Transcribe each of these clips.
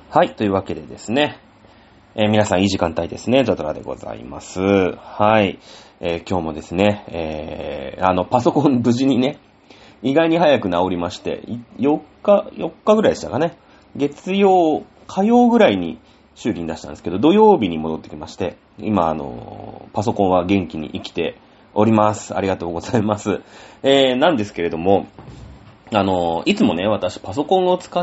はい、というわけでですね、皆さんいい時間帯ですね、ザドラでございます。はい、今日もですね、パソコン無事にね、意外に早く治りまして、4日ぐらいでしたかね。月曜、火曜ぐらいに修理に出したんですけど、土曜日に戻ってきまして、今、パソコンは元気に生きております。ありがとうございます。なんですけれども、いつもね、私パソコンを使って、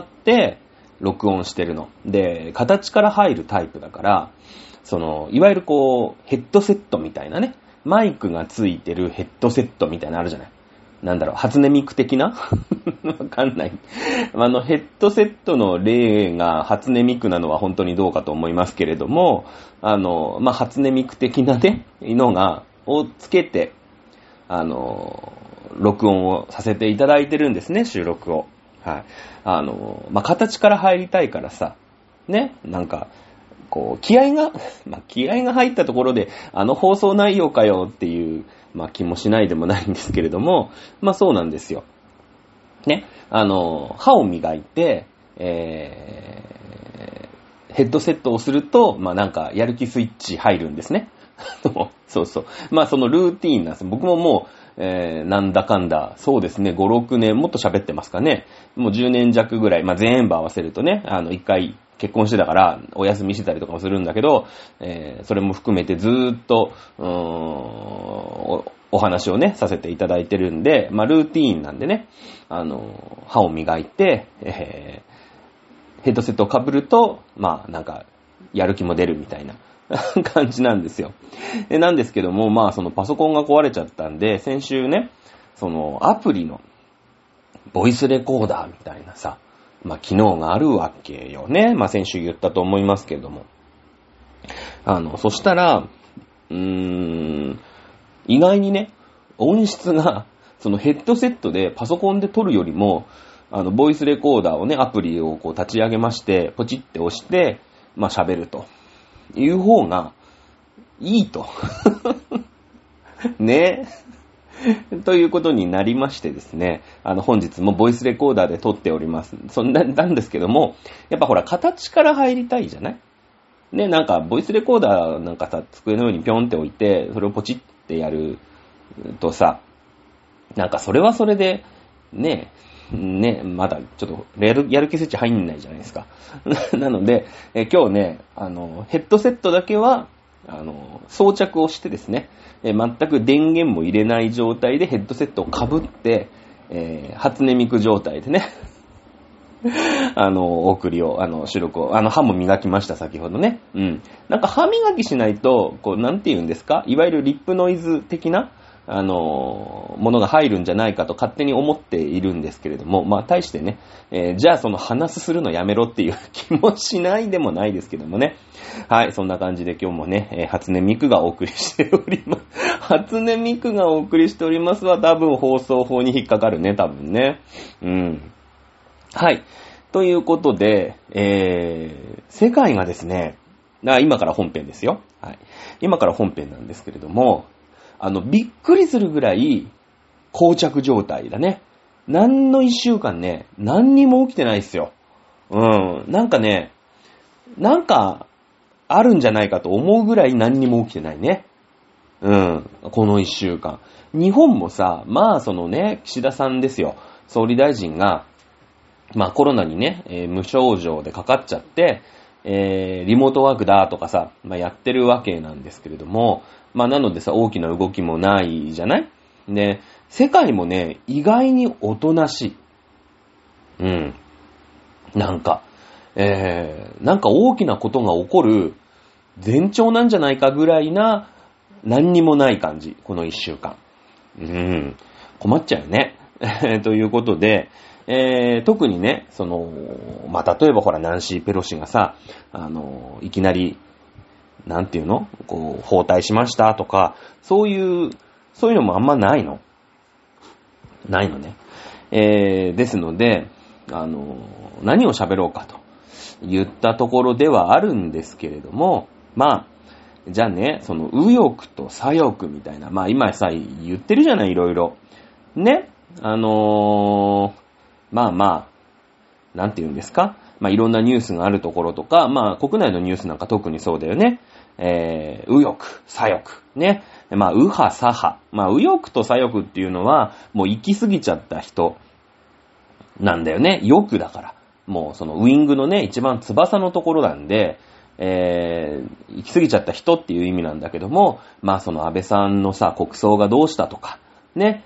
録音してるの。で、形から入るタイプだから、いわゆるヘッドセットみたいなね、マイクがついてるヘッドセットみたいなのあるじゃない。なんだろう、初音ミク的なわかんない。ヘッドセットの例が初音ミクなのは本当にどうかと思いますけれども、初音ミク的なね、をつけて、録音をさせていただいてるんですね、収録を。はい。形から入りたいからさ、ね、気合が入ったところで、放送内容かよっていう、気もしないでもないんですけれども、そうなんですよ。ね、歯を磨いて、ヘッドセットをすると、やる気スイッチ入るんですね。そうそう。そのルーティーンなんです。僕ももう、なんだかんだ、そうですね、5、6年、もっと喋ってますかね。もう10年弱ぐらい、全部合わせるとね、一回結婚してたから、お休みしてたりとかもするんだけど、それも含めてずーっと、お話をね、させていただいてるんで、ルーティーンなんでね、歯を磨いて、ヘッドセットを被ると、やる気も出るみたいな感じなんですよ。なんですけども、そのパソコンが壊れちゃったんで、先週ね、アプリの、ボイスレコーダーみたいなさ、機能があるわけよね。先週言ったと思いますけれども。そしたら、意外にね、音質が、ヘッドセットでパソコンで撮るよりも、ボイスレコーダーをね、アプリを立ち上げまして、ポチって押して、喋るという方がいいと。ね。ということになりましてですね、本日もボイスレコーダーで撮っております。なんですけども、やっぱほら、形から入りたいじゃないね、ボイスレコーダーさ、机の上にピョンって置いて、それをポチってやるとさ、それはそれで、ね、まだちょっとやる気スイッチ入んないじゃないですか。なので、今日ね、ヘッドセットだけは、装着をしてですね、全く電源も入れない状態でヘッドセットを被って、初音ミク状態でね、お送りを、収録を、歯も磨きました、先ほどね。うん。歯磨きしないと、なんて言うんですか？いわゆるリップノイズ的な、ものが入るんじゃないかと勝手に思っているんですけれども、対してね、じゃあ話するのやめろっていう気もしないでもないですけどもね。はい、そんな感じで今日もね、初音ミクがお送りしております。初音ミクがお送りしておりますは多分放送法に引っかかるね、多分ね。うん。はい。ということで、世界がですね、今から本編ですよ。はい。今から本編なんですけれども、びっくりするぐらい、膠着状態だね。何の一週間ね、何にも起きてないっすよ。うん。あるんじゃないかと思うぐらい何にも起きてないね。うん。この一週間。日本もさ、岸田さんですよ。総理大臣が、コロナにね、無症状でかかっちゃって、リモートワークだとかさ、やってるわけなんですけれども、なのでさ、大きな動きもないじゃない？で、世界もね、意外におとなしい。うん。大きなことが起こる前兆なんじゃないかぐらいな、何にもない感じ、この一週間。困っちゃうよね。ということで、特にね、例えばほら、ナンシー・ペロシがさ、いきなり、包帯しましたとか、そういうのもあんまないの。ないのね。ですので、何を喋ろうかと言ったところではあるんですけれども、じゃあね、右翼と左翼みたいな、今さ、言ってるじゃない、いろいろ。ね、なんて言うんですか、 まあ、いろんなニュースがあるところとか、まあ、国内のニュースなんか特にそうだよね。右翼、左翼、ね。まあ、右派、左派。まあ、右翼と左翼っていうのは、もう行き過ぎちゃった人なんだよね。翼だから。もうそのウィングのね、一番翼のところなんで、行き過ぎちゃった人っていう意味なんだけども、まあその安倍さんのさ、国葬がどうしたとか、ね、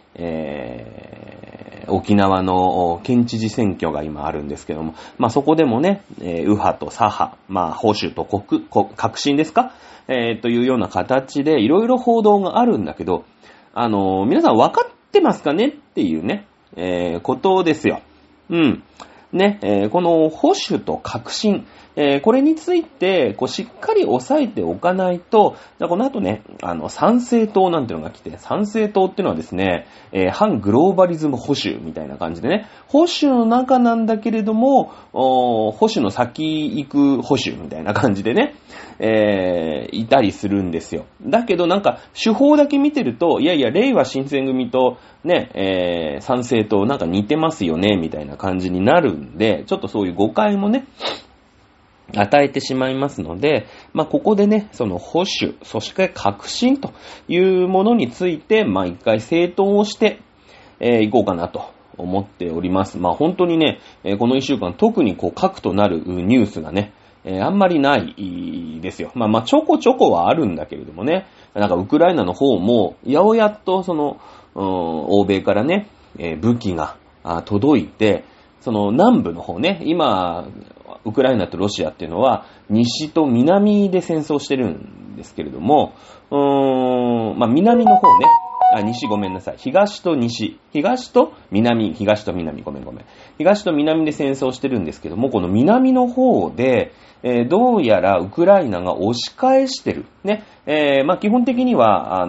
沖縄の県知事選挙が今あるんですけども、まあそこでもね、右派と左派、まあ保守と革新ですか、というような形でいろいろ報道があるんだけど、皆さん分かってますかねっていうね、ことですよ。うん。ね、この保守と革新、これについて、しっかり押さえておかないと、じゃあこの後ね、参政党なんてのが来て、参政党っていうのはですね、反グローバリズム保守みたいな感じでね、保守の中なんだけれども、保守の先行く保守みたいな感じでね、いたりするんですよ。だけどなんか、手法だけ見てると、いやいや、令和新選組とね、参政党なんか似てますよね、みたいな感じになるんで、ちょっとそういう誤解もね、与えてしまいますので、まあ、ここでね、その保守、そして革新というものについて、まあ、一回整頓をして、いこうかなと思っております。まあ、本当にね、この一週間特に核となるニュースがね、あんまりないですよ。まあ、ちょこちょこはあるんだけれどもね、なんかウクライナの方も、やおやっとその、欧米からね、武器が届いて、その南部の方ね、今、ウクライナとロシアっていうのは、西と南で戦争してるんですけれども、まあ、南の方ね、西ごめんなさい。東と西。東と南、ごめん。東と南で戦争してるんですけども、この南の方で、どうやらウクライナが押し返してる。ね。まあ、基本的には、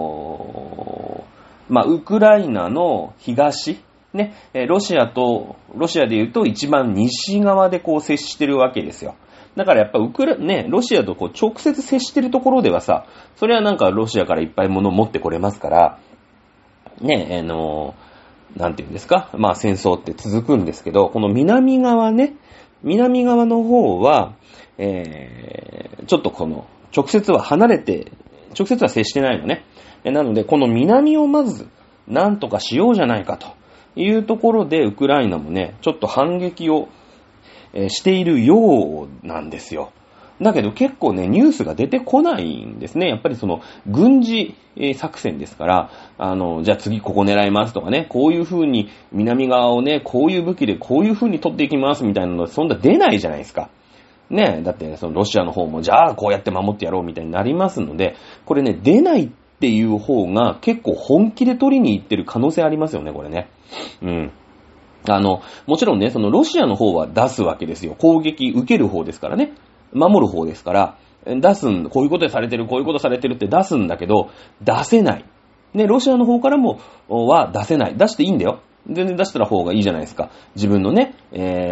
まあ、ウクライナの東、ね、ロシアで言うと一番西側で接してるわけですよ。だからやっぱロシアと直接接してるところではさ、それはなんかロシアからいっぱい物を持ってこれますから、ね、なんていうんですか、まあ戦争って続くんですけど、この南側の方は、ちょっと直接は接してないのね。なので、この南をまず、なんとかしようじゃないかというところで、ウクライナもね、ちょっと反撃を、しているようなんですよ。だけど結構ね、ニュースが出てこないんですね。やっぱり軍事作戦ですから、じゃあ次ここ狙いますとかね、こういう風に南側をね、こういう武器でこういう風に取っていきますみたいなのそんな出ないじゃないですか。ね、だってロシアの方もじゃあこうやって守ってやろうみたいになりますので、これね、出ないっていう方が結構本気で取りに行ってる可能性ありますよね、これね。うん。もちろんね、ロシアの方は出すわけですよ。攻撃受ける方ですからね。守る方ですから、こういうことされてるって出すんだけど、出せない。ね、ロシアの方からも、は出せない。出していいんだよ。全然出したら方がいいじゃないですか。自分のね、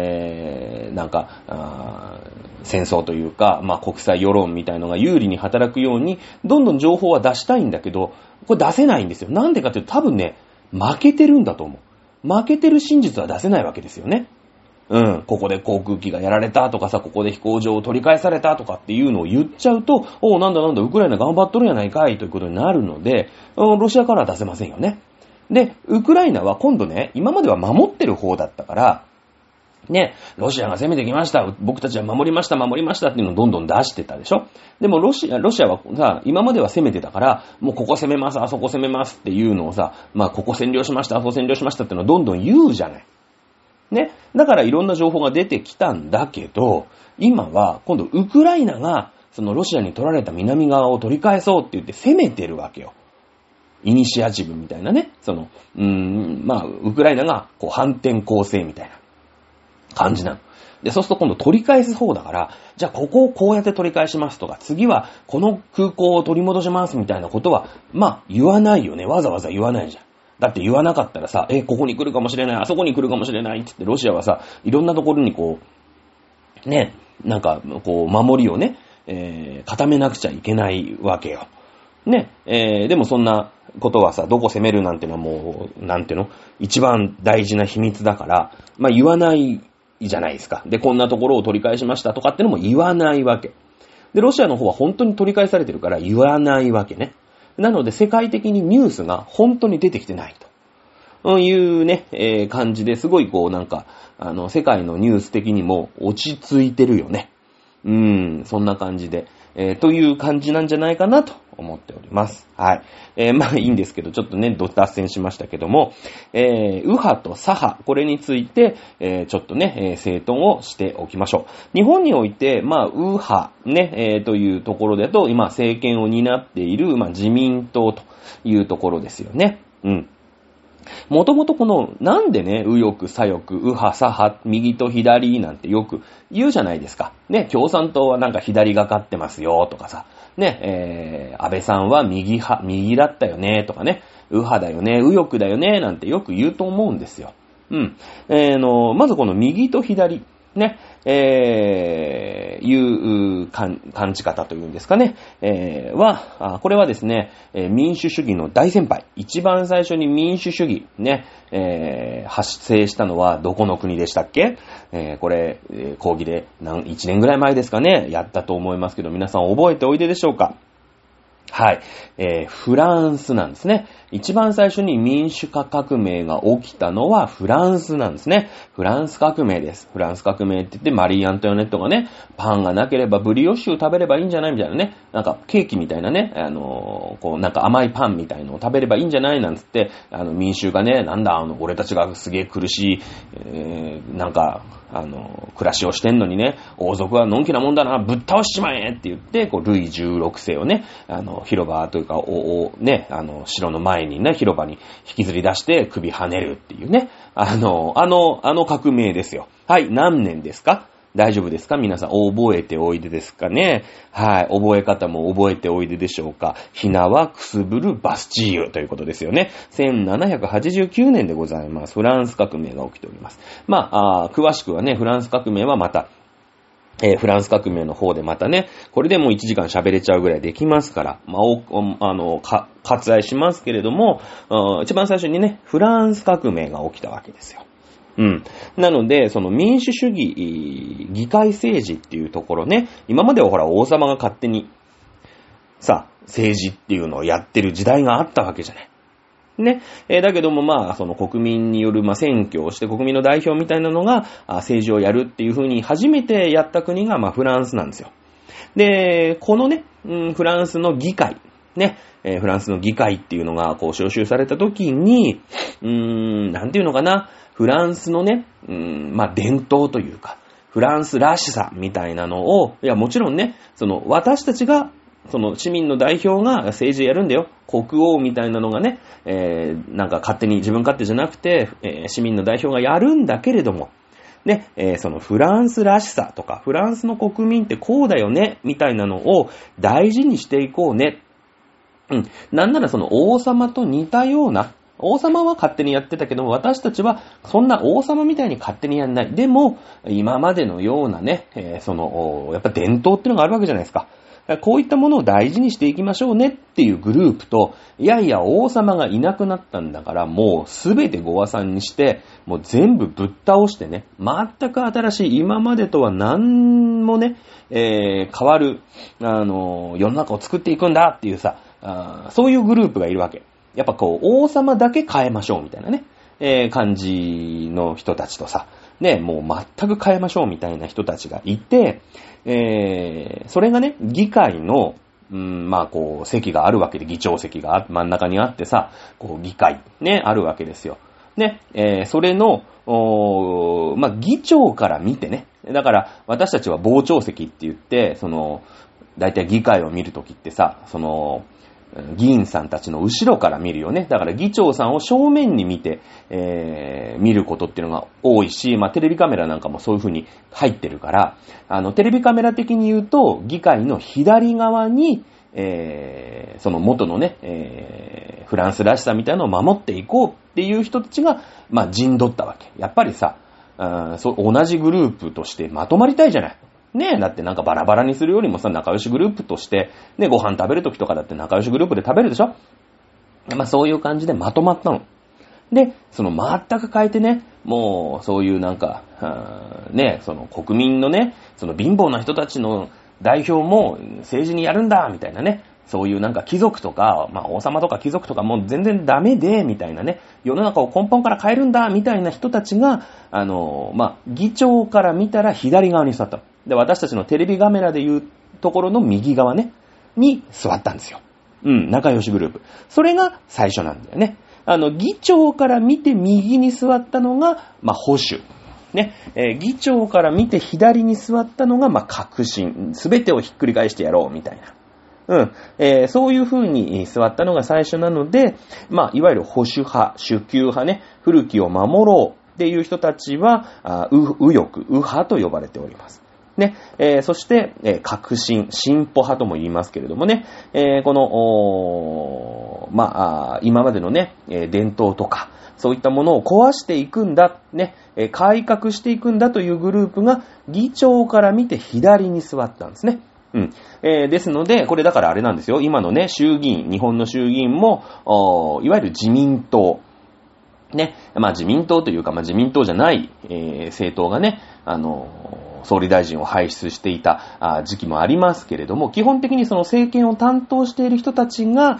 戦争というか、まあ国際世論みたいのが有利に働くように、どんどん情報は出したいんだけど、これ出せないんですよ。なんでかっていうと多分ね、負けてるんだと思う。負けてる真実は出せないわけですよね。うん、ここで航空機がやられたとかさ、ここで飛行場を取り返されたとかっていうのを言っちゃうと、なんだ、ウクライナ頑張っとるやないかいということになるので、ロシアからは出せませんよね。で、ウクライナは今度ね、今までは守ってる方だったから、ね、ロシアが攻めてきました、僕たちは守りましたっていうのをどんどん出してたでしょ。でもロシアはさ、今までは攻めてたから、もうここ攻めます、あそこ攻めますっていうのをさ、まあここ占領しました、あそこ占領しましたっていうのをどんどん言うじゃない。ね。だからいろんな情報が出てきたんだけど、今は今度ウクライナがロシアに取られた南側を取り返そうって言って攻めてるわけよ。イニシアチブみたいなね。まあ、ウクライナが反転攻勢みたいな感じなの。で、そうすると今度取り返す方だから、じゃあここをこうやって取り返しますとか、次はこの空港を取り戻しますみたいなことは、まあ言わないよね。わざわざ言わないじゃん。だって言わなかったらさ、ここに来るかもしれない、あそこに来るかもしれないって言って、ロシアはさ、いろんなところにね、なんか守りをね、固めなくちゃいけないわけよ。ね、でもそんなことはさ、どこ攻めるなんてのはもう、なんていうの、一番大事な秘密だから、まあ言わないじゃないですか。で、こんなところを取り返しましたとかってのも言わないわけ。で、ロシアの方は本当に取り返されてるから言わないわけね。なので、世界的にニュースが本当に出てきてないというね、感じですごい世界のニュース的にも落ち着いてるよね。そんな感じで、という感じなんじゃないかなと思っております。はい。まあいいんですけど、ちょっとね、脱線しましたけども、右派と左派、これについて、ちょっとね、整頓をしておきましょう。日本において、まあ、右派、ね、というところだと、今、政権を担っている、まあ、自民党というところですよね。もともとなんでね、右翼、左翼、右派、左派、右と左なんてよく言うじゃないですか。ね、共産党はなんか左がかってますよとかさ。ね、安倍さんは右だったよねとかね、右派だよね、右翼だよねなんてよく言うと思うんですよ。まずこの右と左、ね、いう感じ方というんですかね、これはですね、民主主義の大先輩、一番最初に民主主義、ね、発生したのはどこの国でしたっけ？これ、講義で1年ぐらい前ですかね、やったと思いますけど、皆さん覚えておいででしょうか？はい。フランスなんですね。一番最初に民主化革命が起きたのはフランスなんですね。フランス革命です。フランス革命って言ってマリー・アントワネットがね、パンがなければブリオッシュ食べればいいんじゃないみたいなね。なんかケーキみたいなね、なんか甘いパンみたいのを食べればいいんじゃないなんつって、民衆がね、なんだ、俺たちがすげえ苦しい、暮らしをしてんのにね、王族はのんきなもんだな、ぶっ倒しちまえって言って、ルイ16世をね、広場というか、城の前にね、広場に引きずり出して首跳ねるっていうね、革命ですよ。はい、何年ですか？大丈夫ですか？皆さん覚えておいでですかね？はい、覚え方も覚えておいででしょうか？ひなはくすぶるバスチーユということですよね。1789年でございます。フランス革命が起きております。詳しくはね、フランス革命はまた、フランス革命の方でまたね、これでもう1時間喋れちゃうぐらいできますから、割愛しますけれども、一番最初にね、フランス革命が起きたわけですよ。なので、その民主主義、議会政治っていうところね、今まではほら王様が勝手に、政治っていうのをやってる時代があったわけじゃない。ね。だけどもその国民による選挙をして国民の代表みたいなのが政治をやるっていう風に初めてやった国がフランスなんですよ。で、このね、フランスの議会、ね、フランスの議会っていうのが招集された時に、なんていうのかな、フランスのね、伝統というか、フランスらしさみたいなのを、もちろんね、私たちが、市民の代表が政治やるんだよ。国王みたいなのがね、勝手に自分勝手じゃなくて、市民の代表がやるんだけれども、ね、フランスらしさとか、フランスの国民ってこうだよね、みたいなのを大事にしていこうね。なんなら王様と似たような、王様は勝手にやってたけども、私たちはそんな王様みたいに勝手にやんない。でも、今までのようなね、やっぱ伝統っていうのがあるわけじゃないですか。こういったものを大事にしていきましょうねっていうグループと、いやいや王様がいなくなったんだからもうすべてご和算にして、もう全部ぶっ倒してね、全く新しい今までとは何もね、変わる、世の中を作っていくんだっていうそういうグループがいるわけ。やっぱ王様だけ変えましょうみたいなね、感じの人たちとね、もう全く変えましょうみたいな人たちがいて、それがね、議会の、席があるわけで、議長席が真ん中にあって議会ね、あるわけですよ。ね、それの、議長から見てね、だから私たちは傍聴席って言って、だいたい議会を見るときって議員さんたちの後ろから見るよね。だから議長さんを正面に見て、見ることっていうのが多いし、テレビカメラなんかもそういう風に入ってるから、テレビカメラ的に言うと、議会の左側に、元のね、フランスらしさみたいなのを守っていこうっていう人たちが、陣取ったわけ。やっぱり同じグループとしてまとまりたいじゃない。ねえ、だってバラバラにするよりも仲良しグループとして、ね、ご飯食べるときとかだって仲良しグループで食べるでしょ？そういう感じでまとまったの。で、全く変えてね、 もうそういうなんか、ね、その国民のね、その貧乏な人たちの代表も政治にやるんだ、みたいなね。そういうなんか貴族とか、まあ王様とか貴族とかもう全然ダメで、みたいなね。世の中を根本から変えるんだ、みたいな人たちが、まあ議長から見たら左側に座った。で、私たちのテレビカメラでいうところの右側ね、に座ったんですよ。仲良しグループ。それが最初なんだよね。議長から見て右に座ったのが、まあ保守。ね、議長から見て左に座ったのが、まあ革新。すべてをひっくり返してやろう、みたいな。そういう風に座ったのが最初なので、まあ、いわゆる保守派、主級派ね、古きを守ろうっていう人たちは、右翼、右派と呼ばれております。ね、そして、革新、進歩派とも言いますけれどもね、この、まあ、今までのね、伝統とか、そういったものを壊していくんだ、ね、改革していくんだというグループが、議長から見て左に座ったんですね。ですので、これだからあれなんですよ。今のね、衆議院、日本の衆議院も、いわゆる自民党。ね。まあ自民党というか、まあ自民党じゃない、政党がね、総理大臣を輩出していた時期もありますけれども、基本的にその政権を担当している人たちが、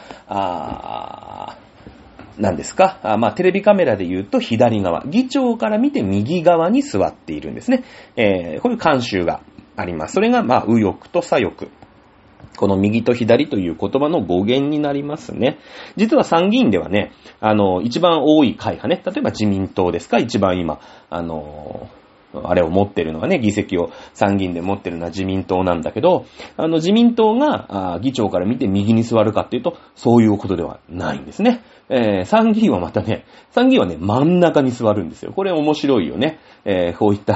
何ですか、まあテレビカメラで言うと左側、議長から見て右側に座っているんですね。こういう慣習があります。それが、まあ、右翼と左翼。この右と左という言葉の語源になりますね。実は参議院ではね、一番多い会派ね、例えば自民党ですか、一番今、あれを持ってるのはね、議席を参議院で持ってるのは自民党なんだけど、自民党が議長から見て右に座るかっていうと、そういうことではないんですね。参議院はまたね、参議院はね、真ん中に座るんですよ。これ面白いよね。こういった、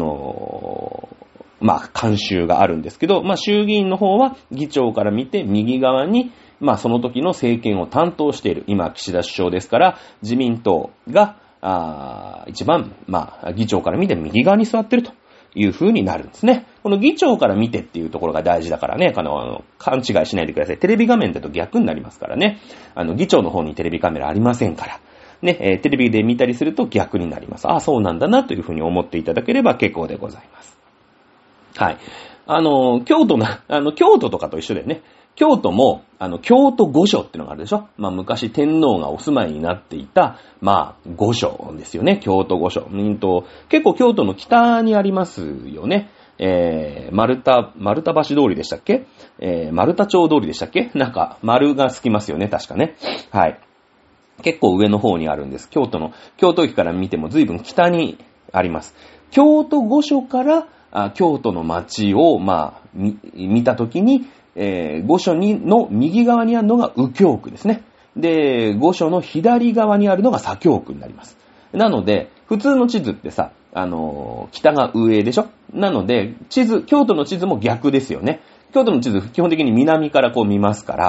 まあ、慣習があるんですけど、まあ、衆議院の方は議長から見て右側に、まあ、その時の政権を担当している。今、岸田首相ですから、自民党が、一番、まあ、議長から見て右側に座っているという風になるんですね。この議長から見てっていうところが大事だからね、勘違いしないでください。テレビ画面だと逆になりますからね。議長の方にテレビカメラありませんから。ね、テレビで見たりすると逆になります。そうなんだなという風に思っていただければ結構でございます。はい。京都とかと一緒だよね。京都も、京都御所ってのがあるでしょ。まあ、昔天皇がお住まいになっていた、まあ、御所ですよね。京都御所。結構京都の北にありますよね。丸太橋通りでしたっけ？丸太町通りでしたっけ？なんか、丸がつきますよね、確かね。はい。結構上の方にあるんです。京都駅から見ても随分北にあります。京都御所から、京都の街を、まあ、見たときに、御所の右側にあるのが右京区ですね。で、御所の左側にあるのが左京区になります。なので、普通の地図ってさ、北が上でしょ？なので、京都の地図も逆ですよね。京都の地図、基本的に南からこう見ますから、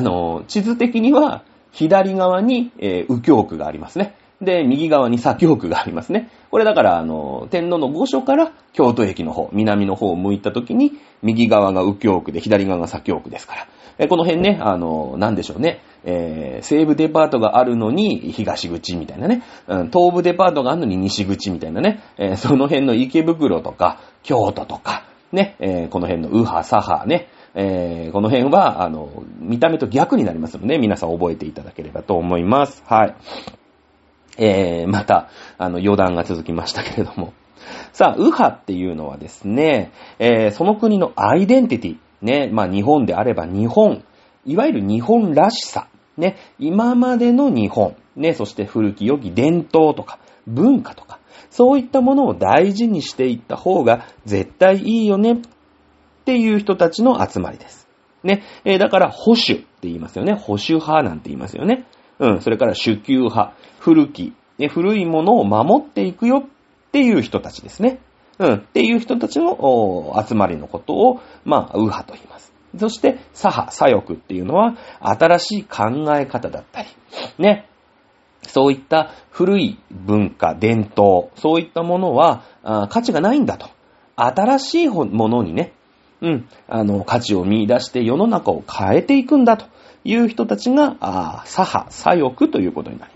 地図的には左側に、右京区がありますね。で、右側に左京区がありますね。これだから、天皇の御所から京都駅の方、南の方を向いたときに、右側が右京区で、左側が左京区ですから。この辺ね、なんでしょうね。西武デパートがあるのに東口みたいなね。東武デパートがあるのに西口みたいなね。その辺の池袋とか、京都とか、ね。この辺の右派、左派ね。この辺は、見た目と逆になりますので、皆さん覚えていただければと思います。はい。また、余談が続きましたけれども。さあ、右派っていうのはですね、その国のアイデンティティ、ね、まあ日本であれば日本、いわゆる日本らしさ、ね、今までの日本、ね、そして古き良き伝統とか文化とか、そういったものを大事にしていった方が絶対いいよねっていう人たちの集まりです。ね、だから保守って言いますよね。保守派なんて言いますよね。それから主級派、古いものを守っていくよっていう人たちですね。っていう人たちの集まりのことを、まあ、右派と言います。そして、左派、左翼っていうのは、新しい考え方だったり、ね。そういった古い文化、伝統、そういったものは、価値がないんだと。新しいものにね、価値を見出して世の中を変えていくんだという人たちが、左派、左翼ということになります。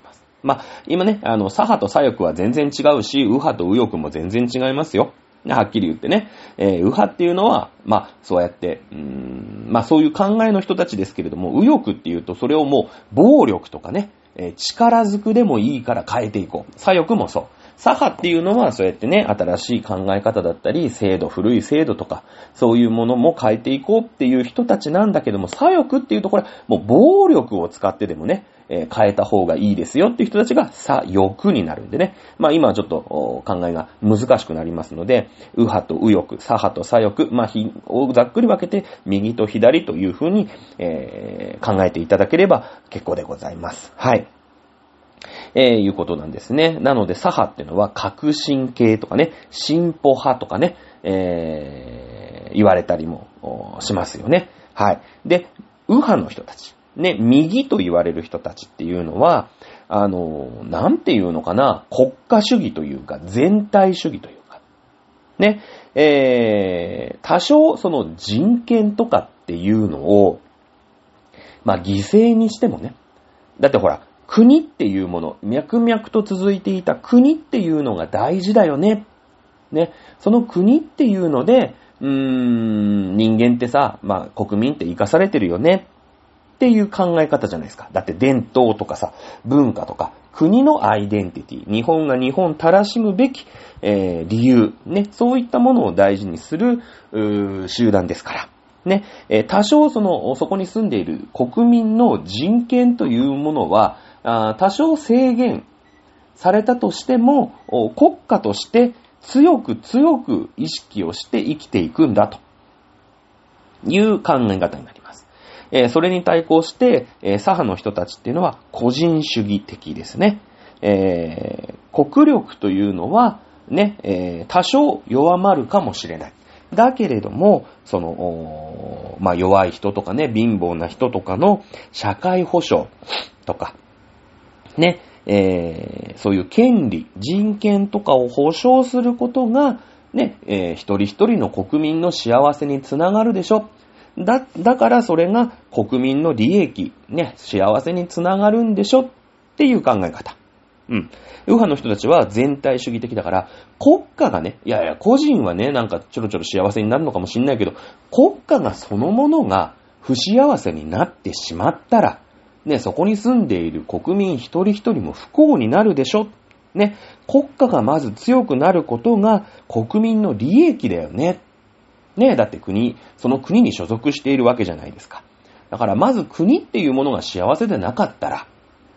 今ね、左派と左翼は全然違うし、右派と右翼も全然違いますよ。はっきり言ってね。右派っていうのは、そうやって、そういう考えの人たちですけれども、右翼っていうと、それをもう、暴力とかね、力ずくでもいいから変えていこう。左翼もそう。左派っていうのは、そうやってね、新しい考え方だったり、古い制度とか、そういうものも変えていこうっていう人たちなんだけども、左翼っていうと、これ、もう暴力を使ってでもね、変えた方がいいですよっていう人たちが左翼になるんでね。今はちょっと考えが難しくなりますので、右派と右翼、左派と左翼、ざっくり分けて右と左というふうに、考えていただければ結構でございます。はい。いうことなんですね。なので左派っていうのは革新系とかね、進歩派とかね、言われたりもしますよね。はい。で、右派の人たち。ね、右と言われる人たちっていうのは、なんていうのかな、国家主義というか、全体主義というか、ね、多少その人権とかっていうのを、犠牲にしてもね、だってほら、国っていうもの、脈々と続いていた国っていうのが大事だよね。ね、その国っていうので、人間ってさ、国民って生かされてるよね。っていう考え方じゃないですか。だって伝統とかさ、文化とか、国のアイデンティティ、日本が日本たらしむべき、理由、ね、そういったものを大事にする集団ですから。ね、多少そこに住んでいる国民の人権というものは、多少制限されたとしても、国家として強く意識をして生きていくんだという考え方になります。それに対抗して、左派の人たちっていうのは個人主義的ですね。国力というのはね、多少弱まるかもしれない。だけれども、弱い人とかね、貧乏な人とかの社会保障とか、ね、そういう権利、人権とかを保障することが、ね、一人一人の国民の幸せにつながるでしょ。だからそれが国民の利益、ね、幸せにつながるんでしょっていう考え方。右派の人たちは全体主義的だから、国家がね、個人はね、なんかちょろちょろ幸せになるのかもしれないけど、国家がそのものが不幸せになってしまったら、ね、そこに住んでいる国民一人一人も不幸になるでしょ。ね、国家がまず強くなることが国民の利益だよね。ね、だってその国に所属しているわけじゃないですか。だからまず国っていうものが幸せでなかったら、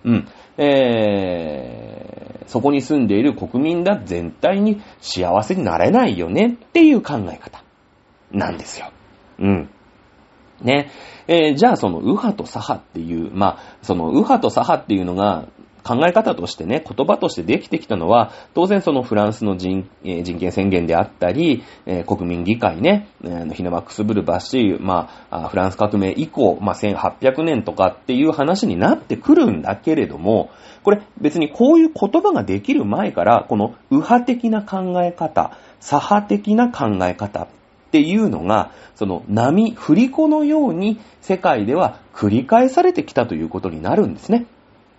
そこに住んでいる国民だ全体に幸せになれないよねっていう考え方なんですよ。ね。じゃあその右派と左派っていう、その右派と左派っていうのが考え方としてね、言葉としてできてきたのは、当然そのフランスの人権宣言であったり、国民議会ね、ヒナマックス・ブルバシー、フランス革命以降、1800年とかっていう話になってくるんだけれども、これ別にこういう言葉ができる前から、この右派的な考え方、左派的な考え方っていうのが、その振り子のように世界では繰り返されてきたということになるんですね。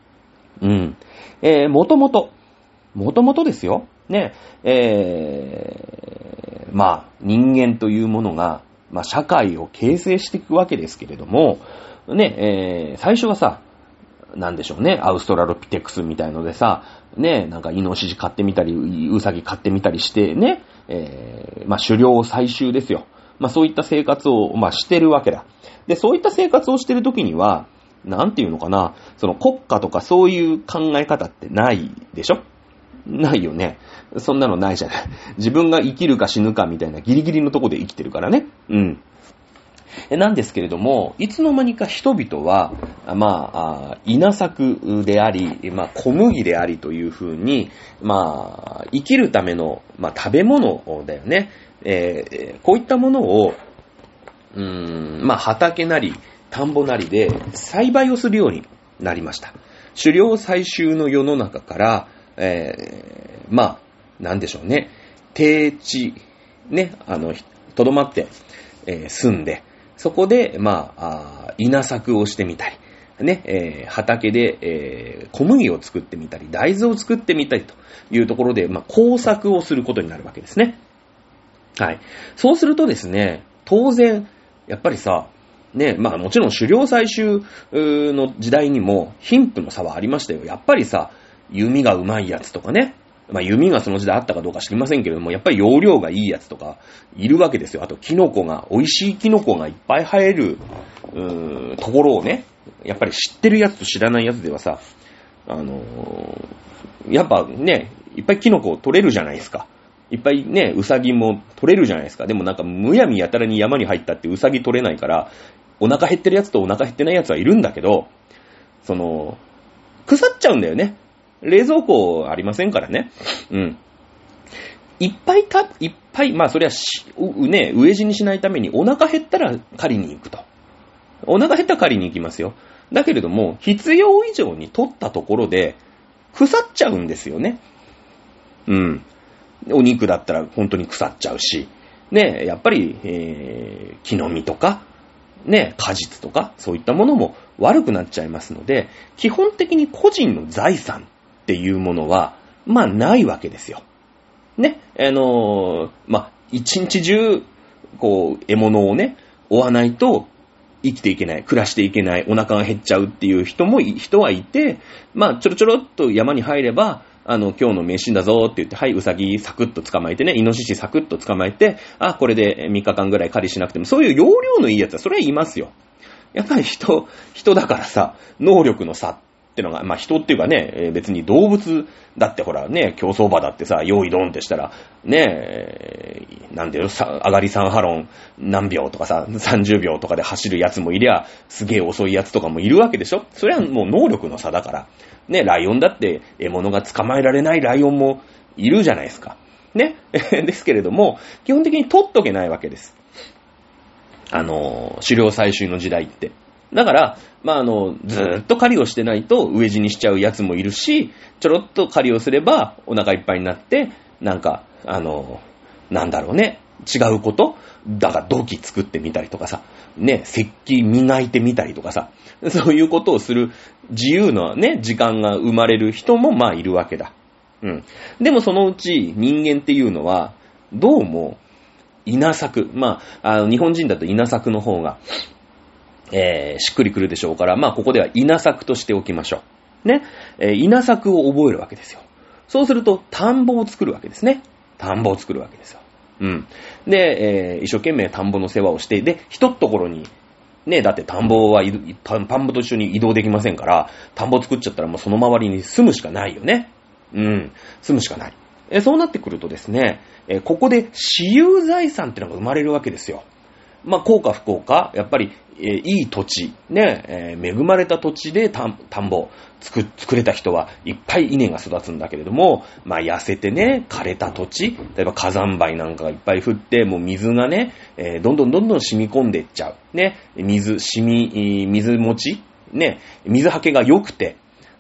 もともとですよ。ね、人間というものが、社会を形成していくわけですけれども、ね、最初はさ、なんでしょうね、アウストラロピテクスみたいのでさ、ね、なんかイノシシ飼ってみたり、ウサギ飼ってみたりしてね、狩猟採集ですよ。そういった生活を、してるわけだ。で、そういった生活をしてるときには、なんていうのかな、その国家とかそういう考え方ってないでしょ？ないよね。そんなのないじゃない。自分が生きるか死ぬかみたいなギリギリのとこで生きてるからね。なんですけれども、いつの間にか人々は、稲作であり、小麦でありというふうに、生きるための、食べ物だよね。こういったものを、畑なり、田んぼなりで栽培をするようになりました。狩猟採集の世の中から、なんでしょうね。低地、ね、とどまって、住んで、そこで、稲作をしてみたり、 ね、畑で、小麦を作ってみたり、大豆を作ってみたりというところで、工作をすることになるわけですね。はい。そうするとですね、当然、やっぱりさ、ね、もちろん狩猟採集の時代にも貧富の差はありましたよ。やっぱりさ、弓が上手いやつとかね、弓がその時代あったかどうか知りませんけれども、やっぱり容量がいいやつとかいるわけですよ。あと、美味しいキノコがいっぱい生える、ところをね、やっぱり知ってるやつと知らないやつではさ、やっぱね、いっぱいキノコ取れるじゃないですか。いっぱいね、ウサギも取れるじゃないですか。でもなんか、むやみやたらに山に入ったってウサギ取れないから、お腹減ってるやつとお腹減ってないやつはいるんだけど、腐っちゃうんだよね。冷蔵庫ありませんからね。うん。いっぱい、それはね、飢え死にしないためにお腹減ったら狩りに行くと。お腹減ったら狩りに行きますよ。だけれども、必要以上に取ったところで、腐っちゃうんですよね。うん。お肉だったら本当に腐っちゃうし、ね、やっぱり、木の実とか、ね、果実とか、そういったものも悪くなっちゃいますので、基本的に個人の財産っていうものは、ないわけですよ。ね、一日中、獲物をね、追わないと生きていけない、暮らしていけない、お腹が減っちゃうっていう人はいて、ちょろっと山に入れば、今日の飯だぞって言って、はい、ウサギサクッと捕まえてね、イノシシサクッと捕まえて、これで3日間ぐらい狩りしなくても、そういう容量のいいやつは、それはいますよ。やっぱり人だからさ、能力の差ってのが、人っていうかね、別に動物だってほらね、競走馬だってさ、用意ドンってしたら、ね、なんだよ、上がり3ハロン何秒とかさ、30秒とかで走るやつもいりゃ、すげえ遅いやつとかもいるわけでしょ。それはもう能力の差だから。ね、ライオンだって獲物が捕まえられないライオンもいるじゃないですか。ね。ですけれども、基本的に取っとけないわけです。狩猟採集の時代って。だから、ずーっと狩りをしてないと飢え死にしちゃうやつもいるし、ちょろっと狩りをすればお腹いっぱいになって、なんか、なんだろうね、違うこと?だから土器作ってみたりとかさ、ね、石器磨いてみたりとかさ、そういうことをする自由なね、時間が生まれる人もいるわけだ。うん。でもそのうち人間っていうのは、どうも、稲作。日本人だと稲作の方が、しっくりくるでしょうから、ここでは稲作としておきましょう。ね。稲作を覚えるわけですよ。そうすると、田んぼを作るわけですね。田んぼを作るわけですよ。うん。で、一生懸命田んぼの世話をして、で、一ところに、ね、だって田んぼ田んぼと一緒に移動できませんから、田んぼ作っちゃったらもうその周りに住むしかないよね。うん。住むしかない。そうなってくるとですね、ここで私有財産っていうのが生まれるわけですよ。幸か不幸か、やっぱり、いい土地、ね、恵まれた土地で田んぼ作れた人はいっぱい稲が育つんだけれども、痩せてね、枯れた土地、例えば火山灰なんかがいっぱい降って、もう水がね、どんどん染み込んでいっちゃう。ね、水持ち、ね、水はけが良くて、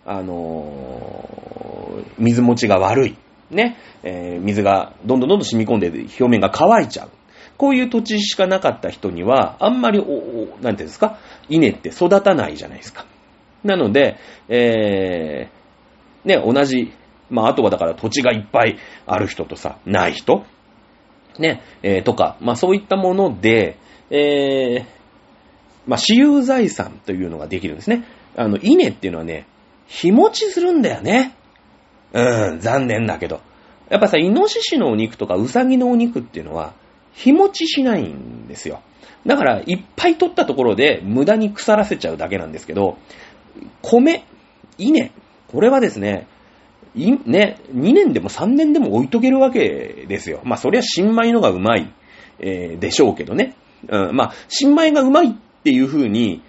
水持ちが悪い。ね、水がどんどん染み込んで表面が乾いちゃう。こういう土地しかなかった人には、あんまりなんていうんですか、稲って育たないじゃないですか。なので、ね、同じ、あとはだから土地がいっぱいある人とさ、ない人、ね、とか、そういったもので、私有財産というのができるんですね。稲っていうのはね、日持ちするんだよね。残念だけど。やっぱさ、イノシシのお肉とかウサギのお肉っていうのは、日持ちしないんですよ。だから、いっぱい取ったところで無駄に腐らせちゃうだけなんですけど、米、稲、これはですね、2年でも3年でも置いとけるわけですよ。そりゃ新米のがうまい、でしょうけどね。新米がうまいっていう風に、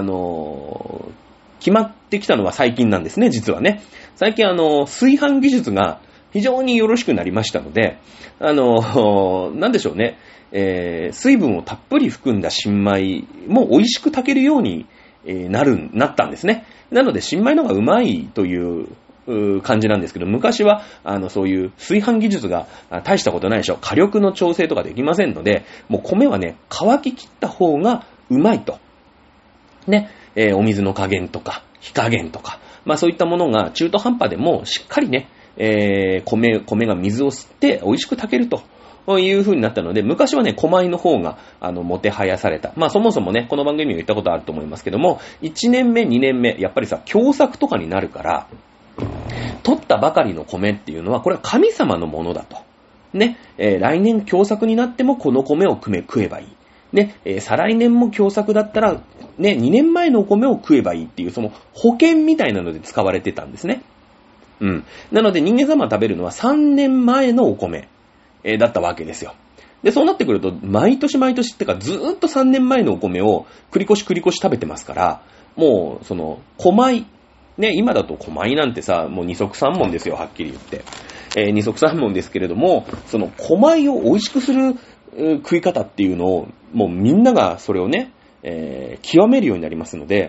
決まってきたのは最近なんですね、実はね。最近炊飯技術が非常によろしくなりましたので、なんでしょうね、水分をたっぷり含んだ新米も美味しく炊けるように、なったんですね。なので新米の方がうまいという感じなんですけど、昔はそういう炊飯技術が大したことないでしょ。火力の調整とかできませんので、もう米はね、乾ききった方がうまいとね、お水の加減とか、火加減とか、まあそういったものが中途半端でもしっかりね、米が水を吸って美味しく炊けるという風になったので、昔はね、米の方が、もてはやされた。まあそもそもね、この番組にも言ったことあると思いますけども、1年目、2年目、やっぱりさ、凶作とかになるから、取ったばかりの米っていうのは、これは神様のものだと。ね、来年凶作になってもこの米を食えばいい。ね、再来年も凶作だったら、ね、2年前のお米を食えばいいっていう、その保険みたいなので使われてたんですね。うん。なので人間様が食べるのは3年前のお米、だったわけですよ。で、そうなってくると、毎年毎年ってか、ずーっと3年前のお米を繰り越し食べてますから、もう、小米、ね、今だと小米なんてさ、もう二足三文ですよ、はっきり言って。二足三文ですけれども、その小米を美味しくする食い方っていうのを、もうみんながそれをね、極めるようになりますので、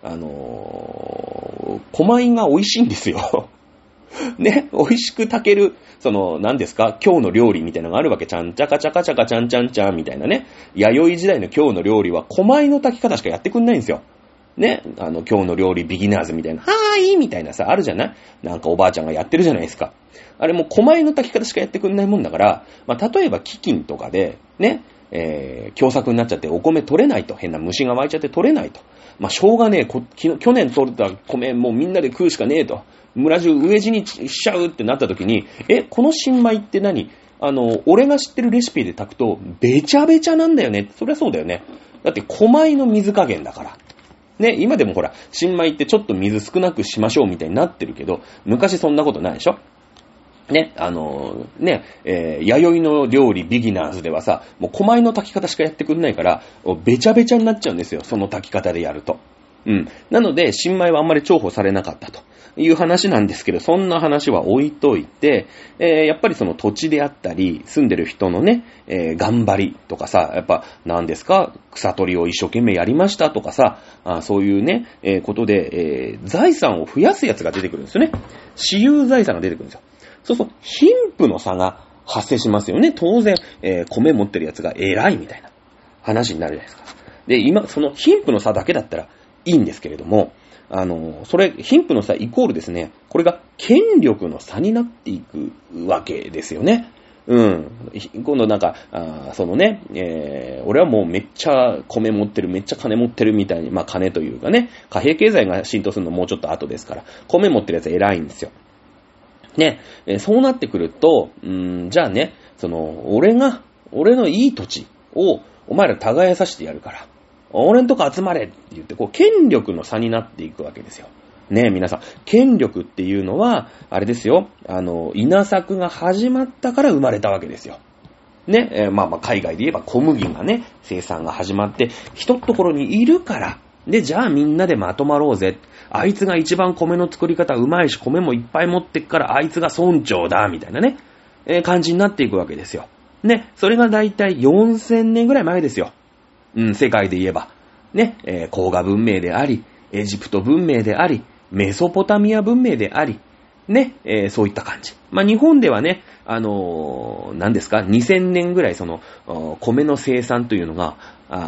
小米が美味しいんですよ。ね、美味しく炊ける、何ですか、今日の料理みたいなのがあるわけ。ちゃんちゃかちゃかちゃかちゃんちゃんちゃんみたいなね。弥生時代の今日の料理は小米の炊き方しかやってくんないんですよ。ね、今日の料理ビギナーズみたいな、はーいみたいなさ、あるじゃない？なんかおばあちゃんがやってるじゃないですか。あれも小米の炊き方しかやってくんないもんだから、まあ、例えば飢饉とかで、ね、凶作になっちゃってお米取れないと、変な虫が湧いちゃって取れないと。まあ、しょうがねえ、去年取れた米もうみんなで食うしかねえと。村中飢え死にしちゃうってなった時に、この新米って何？俺が知ってるレシピで炊くと、べちゃべちゃなんだよね。そりゃそうだよね。だって小米の水加減だから。ね、今でもほら、新米ってちょっと水少なくしましょうみたいになってるけど、昔そんなことないでしょ？ね、弥生の料理ビギナーズではさ、もう小米の炊き方しかやってくんないから、べちゃべちゃになっちゃうんですよ、その炊き方でやると。うん。なので、新米はあんまり重宝されなかったという話なんですけど、そんな話は置いといて、やっぱりその土地であったり、住んでる人のね、頑張りとかさ、やっぱ何ですか、草取りを一生懸命やりましたとかさ、そういうね、ことで、財産を増やすやつが出てくるんですよね。私有財産が出てくるんですよ。そうそう、貧富の差が発生しますよね。当然、米持ってるやつが偉いみたいな話になるじゃないですか。で、今、その貧富の差だけだったらいいんですけれども、貧富の差イコールですね、これが権力の差になっていくわけですよね。うん。今度なんか、俺はもうめっちゃ米持ってる、めっちゃ金持ってるみたいに、まあ金というかね、貨幣経済が浸透するのもうちょっと後ですから、米持ってるやつは偉いんですよ。ね、そうなってくると、じゃあね、俺のいい土地をお前ら耕させてやるから、俺んとこ集まれって言って、こう、権力の差になっていくわけですよ。ねえ、皆さん。権力っていうのは、あれですよ。稲作が始まったから生まれたわけですよ。ね、海外で言えば小麦がね、生産が始まって、一ところにいるから、で、じゃあみんなでまとまろうぜ。あいつが一番米の作り方うまいし、米もいっぱい持ってっから、あいつが村長だ、みたいなね、感じになっていくわけですよ。ね、それがだいたい4000年ぐらい前ですよ。世界で言えば。ね、黄河文明であり、エジプト文明であり、メソポタミア文明であり、ね、そういった感じ。まあ、日本ではね、何ですか、2000年ぐらい米の生産というのが、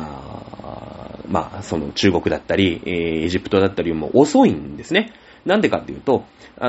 中国だったり、エジプトだったりも遅いんですね。なんでかっていうと、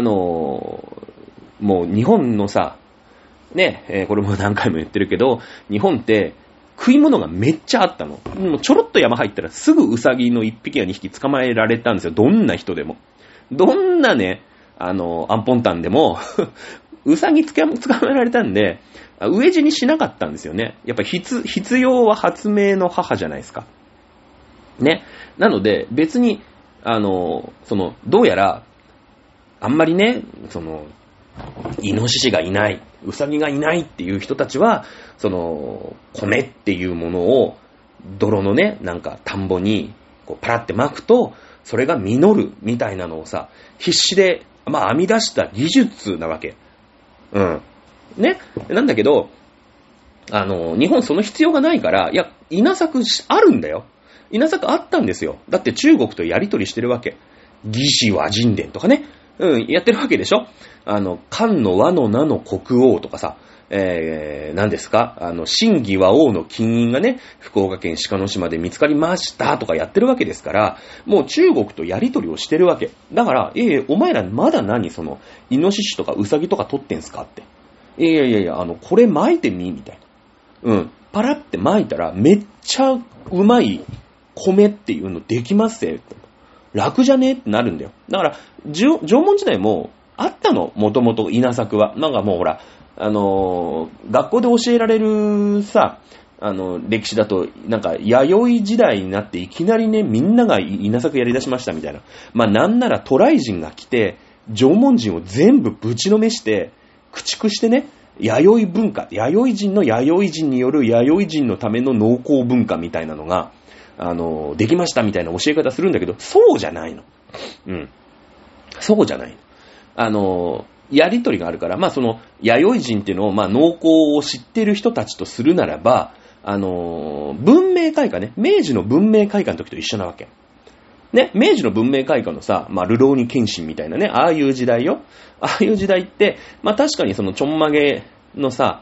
もう日本のさ、ね、これも何回も言ってるけど、日本って食い物がめっちゃあったの。もうちょろっと山入ったらすぐウサギの1匹や2匹捕まえられたんですよ。どんな人でも。どんなね、アンポンタンでも、ウサギ捕まえられたんで、飢え死にしなかったんですよね。やっぱ必要は発明の母じゃないですか。ね。なので、別に、どうやら、あんまりね、イノシシがいない、ウサギがいないっていう人たちは、米っていうものを、泥のね、なんか田んぼに、こう、パラって巻くと、それが実るみたいなのをさ、必死で、編み出した技術なわけ。うん。ね。なんだけど、日本その必要がないから、いや、稲作あるんだよ。稲作あったんですよ。だって中国とやりとりしてるわけ。魏志倭人伝とかね。やってるわけでしょ。漢の倭の名の国王とかさ、 何ですか新義和王の金印がね、福岡県鹿の島で見つかりましたとかやってるわけですから、もう中国とやり取りをしてるわけ。だから、お前らまだ何イノシシとかウサギとか取ってんすかって。いや、これ巻いてみみたいな。パラって巻いたら、めっちゃうまい米っていうのできますぜ。楽じゃねってなるんだよ。だから、縄文時代もあったの、もともと稲作は。なんかもうほら、学校で教えられるさ、歴史だと、なんか、弥生時代になっていきなりね、みんなが稲作やり出しましたみたいな。まあ、なんなら渡来人が来て、縄文人を全部ぶちのめして、駆逐してね、弥生文化、弥生人の弥生人による弥生人のための農耕文化みたいなのが、できましたみたいな教え方するんだけど、そうじゃないの。そうじゃないの。やりとりがあるから、まあ弥生人っていうのを、まあ農耕を知ってる人たちとするならば、文明開化ね、明治の文明開化の時と一緒なわけ。ね、明治の文明開化のさ、まあ流浪に謙信みたいなね、ああいう時代よ。ああいう時代って、まあ確かにちょんまげのさ、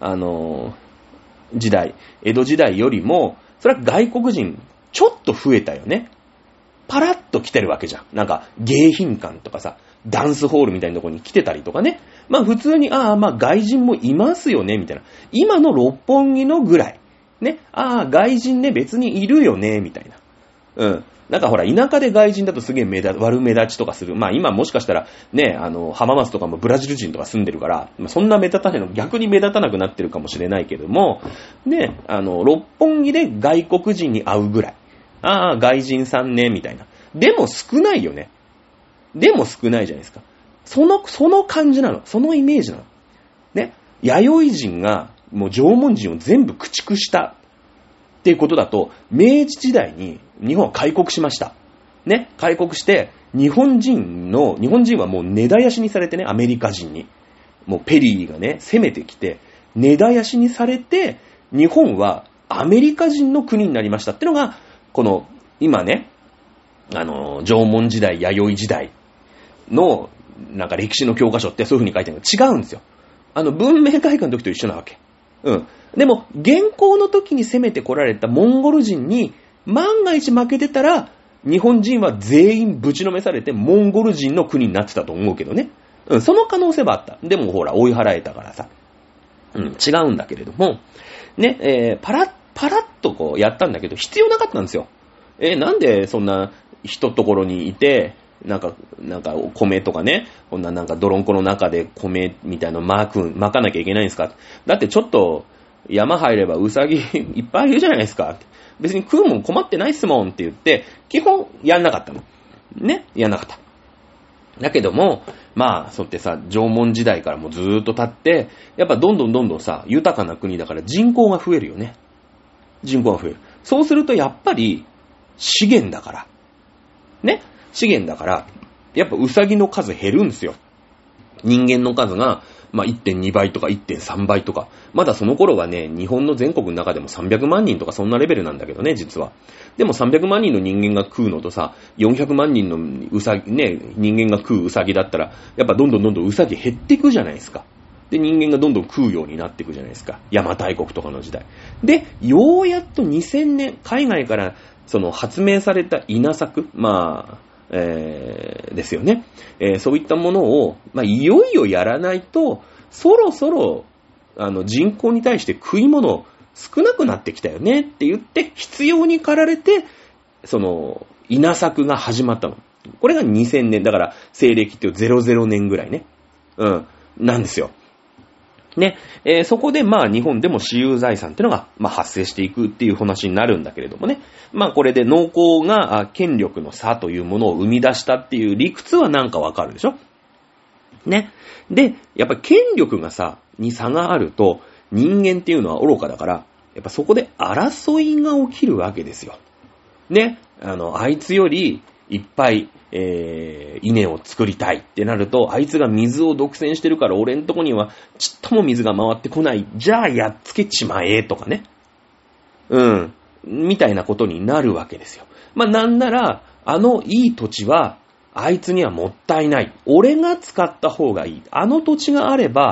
時代、江戸時代よりも、それは外国人、ちょっと増えたよね。パラッと来てるわけじゃん。なんか、迎賓館とかさ、ダンスホールみたいなところに来てたりとかね。まあ普通に、まあ外人もいますよね、みたいな。今の六本木のぐらい。ね。外人ね、別にいるよね、みたいな。なんかほら、田舎で外人だとすげえ悪目立ちとかする。まあ今もしかしたら、ね、浜松とかもブラジル人とか住んでるから、まあ、そんな目立たないの、逆に目立たなくなってるかもしれないけども、ね、六本木で外国人に会うぐらい。外人さんね、みたいな。でも少ないよね。でも少ないじゃないですか。その感じなの。そのイメージなの。ね。弥生人がもう縄文人を全部駆逐したっていうことだと、明治時代に日本は開国しました。ね。開国して、日本人はもう根絶やしにされてね、アメリカ人に。もうペリーがね、攻めてきて、根絶やしにされて、日本はアメリカ人の国になりましたってのが、この、今ね、縄文時代、弥生時代の、なんか歴史の教科書ってそういう風に書いてるの違うんですよ。文明開化の時と一緒なわけ。でも、現行の時に攻めてこられたモンゴル人に、万が一負けてたら、日本人は全員ぶちのめされて、モンゴル人の国になってたと思うけどね。その可能性はあった。でもほら、追い払えたからさ。違うんだけれども、ね、パラッとこうやったんだけど、必要なかったんですよ。なんでそんな人ところにいて、なんか米とかね、こんななんか泥んこの中で米みたいなの巻かなきゃいけないんですか。だってちょっと山入ればウサギいっぱいいるじゃないですか。別に食うもん困ってないっすもんって言って、基本やんなかったの。ね、やんなかった。だけども、まあ、そうってさ、縄文時代からもうずーっと経って、やっぱどんどんさ、豊かな国だから人口が増えるよね。人口が増える。そうするとやっぱり、資源だから。ね。資源だから、やっぱウサギの数減るんですよ。人間の数が、まあ、1.2 倍とか 1.3 倍とか。まだその頃はね、日本の全国の中でも300万人とかそんなレベルなんだけどね、実は。でも300万人の人間が食うのとさ、400万人のウサギ、ね、人間が食うウサギだったら、やっぱどんどんウサギ減っていくじゃないですか。で、人間がどんどん食うようになっていくじゃないですか。邪馬台国とかの時代。で、ようやっと2000年、海外から発明された稲作、まあ、ですよね。そういったものを、まあ、いよいよやらないと、そろそろ、人口に対して食い物少なくなってきたよねって言って、必要に駆られて、稲作が始まったの。これが2000年、だから、西暦っていう00年ぐらいね。なんですよ。ね、そこでまあ日本でも私有財産っていうのがまあ発生していくっていう話になるんだけれどもね。まあこれで農耕が権力の差というものを生み出したっていう理屈はなんかわかるでしょ？ね。で、やっぱり権力がに差があると人間っていうのは愚かだから、やっぱそこで争いが起きるわけですよ。ね。あいつよりいっぱい稲を作りたいってなると、あいつが水を独占してるから俺んとこにはちっとも水が回ってこない。じゃあやっつけちまえとかね。みたいなことになるわけですよ。まあなんなら、いい土地はあいつにはもったいない。俺が使った方がいい。土地があれば、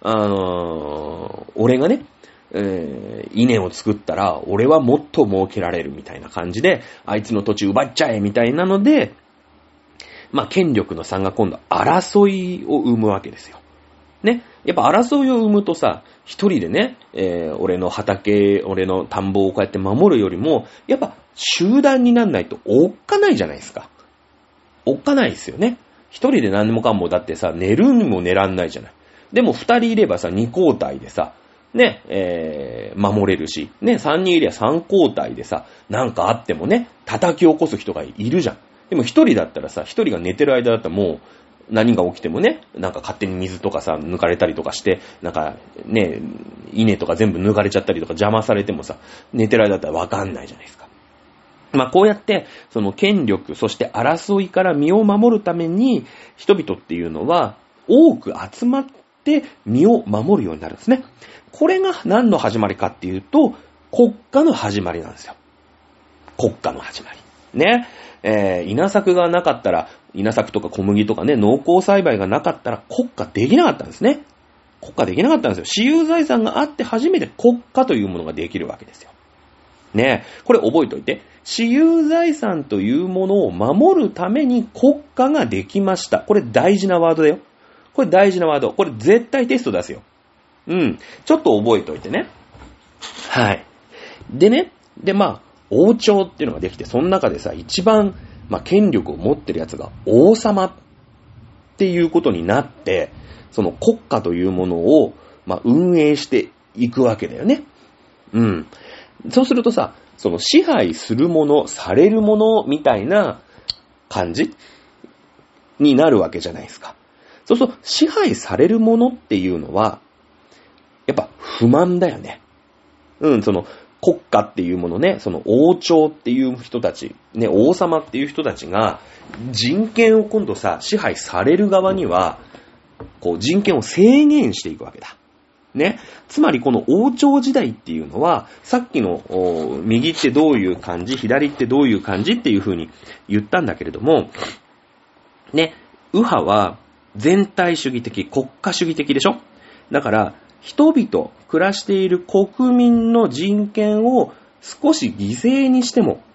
俺がね、稲を作ったら、俺はもっと儲けられるみたいな感じで、あいつの土地奪っちゃえみたいなので、まあ、権力の差が今度争いを生むわけですよ。ね。やっぱ争いを生むとさ、一人でね、俺の畑、俺の田んぼをこうやって守るよりも、やっぱ集団になんないとおっかないじゃないですか。おっかないですよね。一人で何もかもだってさ、寝るにも寝らんないじゃない。でも二人いればさ、二交代でさ、ね、守れるし、ね、三人いれば三交代でさ、なんかあってもね、叩き起こす人がいるじゃん。でも一人だったらさ、一人が寝てる間だったらもう、何が起きてもね、なんか勝手に水とかさ、抜かれたりとかして、なんかね、稲とか全部抜かれちゃったりとか邪魔されてもさ、寝てる間だったらわかんないじゃないですか。まあこうやって、その権力、そして争いから身を守るために、人々っていうのは、多く集まって身を守るようになるんですね。これが何の始まりかっていうと、国家の始まりなんですよ。国家の始まり。ね。稲作がなかったら、稲作とか小麦とかね、農耕栽培がなかったら国家できなかったんですね。国家できなかったんですよ。私有財産があって初めて国家というものができるわけですよ。ね。これ覚えておいて。私有財産というものを守るために国家ができました。これ大事なワードだよ。これ大事なワード。これ絶対テスト出すよ。うん。ちょっと覚えておいてね。はい。でね。で、まあ、王朝っていうのができて、その中でさ、一番、まあ、権力を持ってるやつが王様っていうことになって、その国家というものを、まあ、運営していくわけだよね。うん。そうするとさ、その支配するもの、されるものみたいな感じになるわけじゃないですか。そうすると、支配されるものっていうのは、やっぱ不満だよね。うん、その国家っていうものね、その王朝っていう人たち、ね、王様っていう人たちが、人権を今度さ、支配される側には、こう人権を制限していくわけだ。ね。つまりこの王朝時代っていうのは、さっきの右ってどういう感じ、左ってどういう感じっていう風に言ったんだけれども、ね、右派は全体主義的、国家主義的でしょ？だから、人々、暮らしている国民の人権を少し犠牲にしても、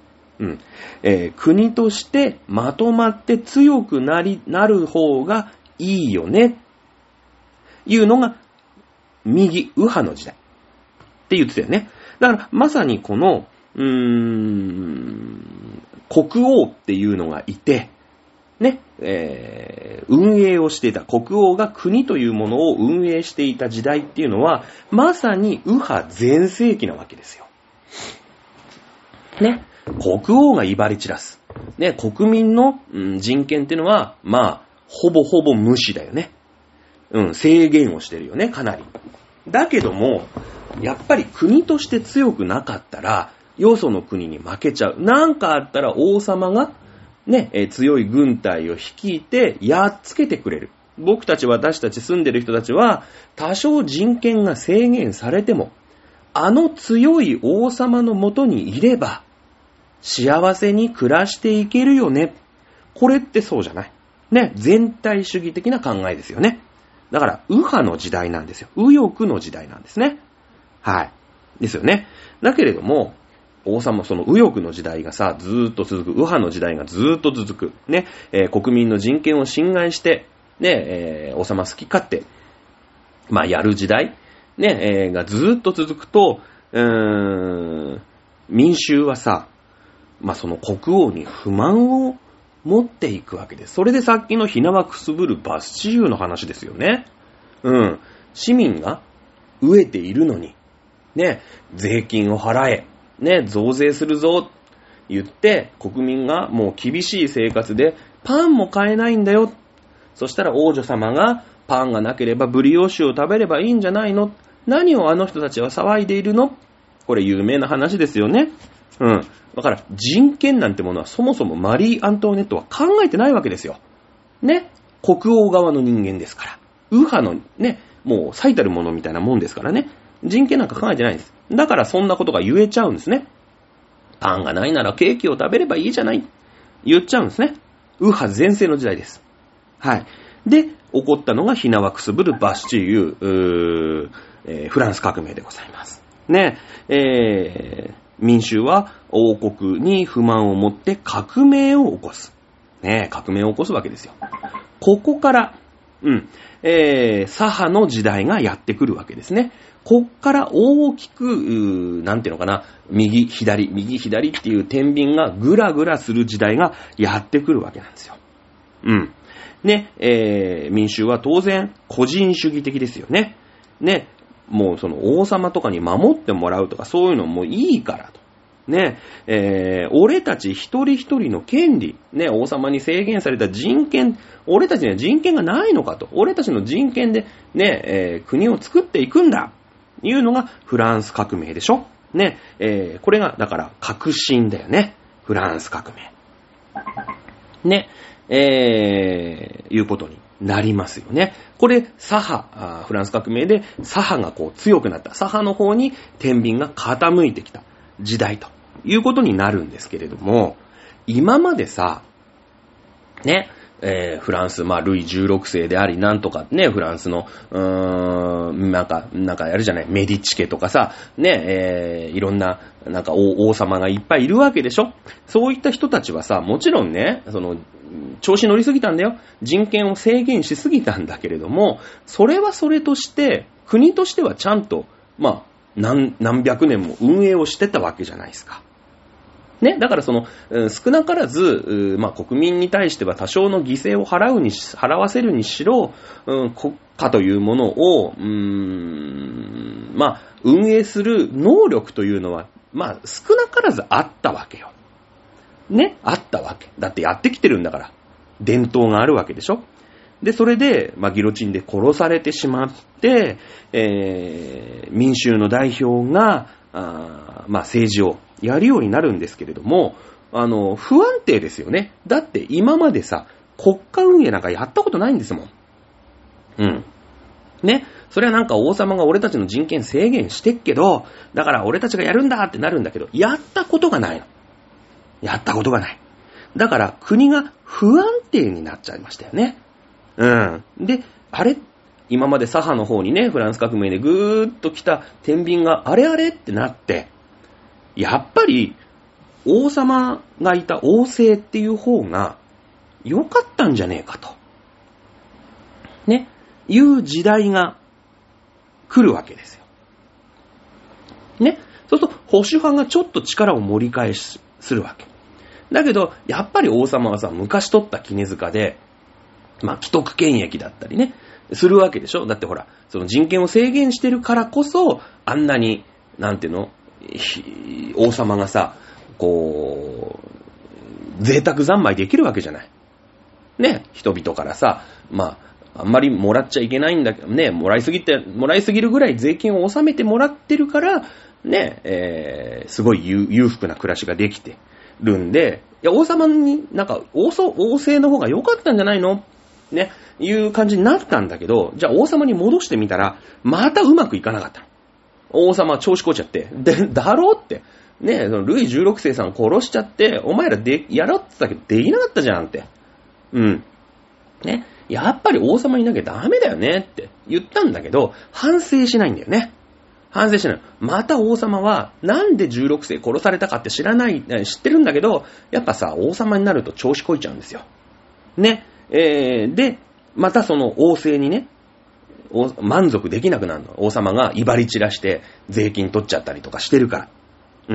国としてまとまって強くなる方がいいよね、いうのが右、右派の時代って言ってたよね。だからまさにこの国王っていうのがいて、ね、運営をしていた、国王が国というものを運営していた時代っていうのは、まさに右派全盛期なわけですよ。ね、国王が威張り散らす。ね、国民の、人権っていうのは、まあ、ほぼほぼ無視だよね。制限をしてるよね、かなり。だけども、やっぱり国として強くなかったら、よその国に負けちゃう。なんかあったら王様が、ね、強い軍隊を率いてやっつけてくれる。私たち住んでる人たちは多少人権が制限されても、あの強い王様のもとにいれば幸せに暮らしていけるよね。これってそうじゃない？ね、全体主義的な考えですよね。だから右派の時代なんですよ。右翼の時代なんですね。はい。ですよね。だけれども、王様、その右翼の時代がさ、ずーっと続く、右派の時代がずーっと続く、ね、国民の人権を侵害して、ね、王様好き勝手、まあ、やる時代、ね、がずーっと続くと、民衆はさ、まあ、その国王に不満を持っていくわけです。それでさっきの火縄くすぶるバスチユーの話ですよね。市民が飢えているのに、ね、税金を払え、ね、増税するぞ、言って、国民がもう厳しい生活で、パンも買えないんだよ。そしたら王女様が、パンがなければブリオッシュを食べればいいんじゃないの？何をあの人たちは騒いでいるの？これ有名な話ですよね。だから人権なんてものはそもそもマリー・アントワネットは考えてないわけですよ。ね。国王側の人間ですから。右派のね、もう最たるものみたいなもんですからね。人権なんか考えてないんです。だからそんなことが言えちゃうんですね。パンがないならケーキを食べればいいじゃない。言っちゃうんですね。右派全盛の時代です。はい。 で、起こったのが火縄くすぶるバスチーユ、フランス革命でございます。ね、民衆は王国に不満を持って革命を起こす。ね、革命を起こすわけですよ。ここから、左派の時代がやってくるわけですね。こっから大きく、なんていうのかな、右左っていう天秤がぐらぐらする時代がやってくるわけなんですよ。ね、民衆は当然個人主義的ですよね。ね、もうその王様とかに守ってもらうとかそういうのもいいからと。ね、俺たち一人一人の権利、ね、王様に制限された人権、俺たちには人権がないのかと。俺たちの人権でね、国を作っていくんだ。いうのがフランス革命でしょ。ね、これがだから革新だよね。フランス革命。ね、いうことになりますよね。これ左派、フランス革命で左派がこう強くなった。左派の方に天秤が傾いてきた時代ということになるんですけれども、今までさ、ね、フランス、ルイ16世であり、なんとかね、フランスの、なんかやるじゃない、メディチ家とかさ、ね、いろんな、なんか王様がいっぱいいるわけでしょ。そういった人たちはさ、もちろんね、調子乗りすぎたんだよ。人権を制限しすぎたんだけれども、それはそれとして、国としてはちゃんと、何百年も運営をしてたわけじゃないですか。ね、だから少なからず、国民に対しては多少の犠牲を払わせるにしろ、国家というものを、運営する能力というのは、少なからずあったわけよ。ね、あったわけ。だってやってきてるんだから。伝統があるわけでしょ。で、それで、ギロチンで殺されてしまって、民衆の代表が、政治をやるようになるんですけれども、不安定ですよね。だって今までさ、国家運営なんかやったことないんですもん。ね。それはなんか王様が俺たちの人権制限してっけど、だから俺たちがやるんだってなるんだけど、やったことがないの。やったことがない。だから国が不安定になっちゃいましたよね。で、今まで左派の方にね、フランス革命でぐーっと来た天秤があれってなって、やっぱり王様がいた王政っていう方が良かったんじゃねえかと。ね、いう時代が来るわけですよ。ね、そうすると保守派がちょっと力を盛り返するわけ。だけど、やっぱり王様はさ、昔取った絹塚で、既得権益だったりね、するわけでしょ。だってほら、その人権を制限してるからこそ、あんなに、なんていうの、王様がさ、こう、贅沢三昧できるわけじゃない。ね、人々からさ、あんまりもらっちゃいけないんだけどね、もらいすぎるぐらい税金を納めてもらってるから、ね、すごい裕福な暮らしができてるんで、いや、王様になんか王政の方が良かったんじゃないのね、いう感じになったんだけど、じゃあ王様に戻してみたら、またうまくいかなかったの。王様は調子こっちゃって、だろうって。ね、ルイ16世さん殺しちゃって、お前らやろうって言ったけど、できなかったじゃんって。ね、やっぱり王様いなきゃダメだよねって言ったんだけど、反省しないんだよね。反省しない。また王様は、なんで16世殺されたかって知ってるんだけど、やっぱさ、王様になると調子こいちゃうんですよ。ね。で、またその王政にね、満足できなくなるの。王様が威張り散らして税金取っちゃったりとかしてるから。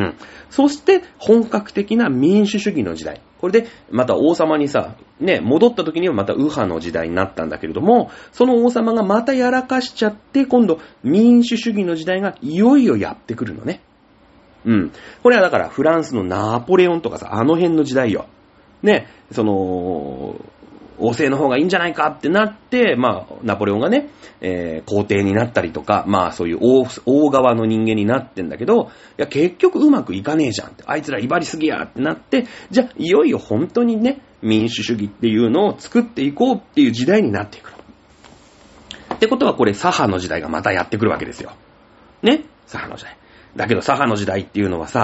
そして本格的な民主主義の時代。これでまた王様にさ、ね、戻った時にはまた右派の時代になったんだけれども、その王様がまたやらかしちゃって、今度民主主義の時代がいよいよやってくるのね。これはだからフランスのナポレオンとかさ、あの辺の時代よ。ね、王政の方がいいんじゃないかってなって、ナポレオンがね、皇帝になったりとか、そういう王側の人間になってんだけど、いや、結局うまくいかねえじゃんって、あいつら威張りすぎやってなって、じゃあ、いよいよ本当にね、民主主義っていうのを作っていこうっていう時代になっていくる。ってことはこれ、左派の時代がまたやってくるわけですよ。ね、左派の時代。だけど左派の時代っていうのはさ、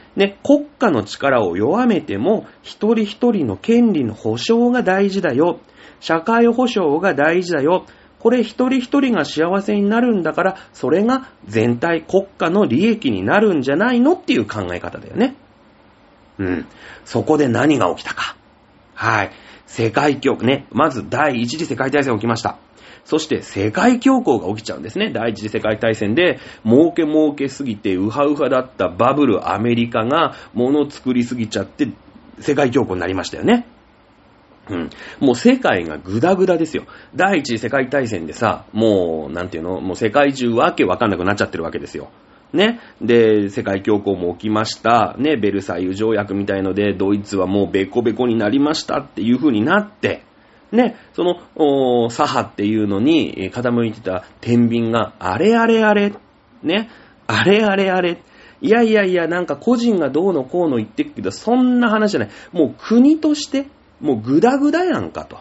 ね、国家の力を弱めても、一人一人の権利の保障が大事だよ。社会保障が大事だよ。これ一人一人が幸せになるんだから、それが全体国家の利益になるんじゃないのっていう考え方だよね。そこで何が起きたか。はい。世界恐慌ね。まず第一次世界大戦起きました。そして世界恐慌が起きちゃうんですね。第一次世界大戦で儲けすぎてウハウハだったバブルアメリカが物作りすぎちゃって世界恐慌になりましたよね。もう世界がグダグダですよ。第一次世界大戦でさ、もう世界中わけわかんなくなっちゃってるわけですよ。ね。で、世界恐慌も起きました。ね、ベルサイユ条約みたいので、ドイツはもうベコベコになりましたっていう風になって、ね、その、左派っていうのに傾いてた天秤が、あれ、ね、あれ、いや、なんか個人がどうのこうの言ってるけど、そんな話じゃない。もう国として、もうグダグダやんかと。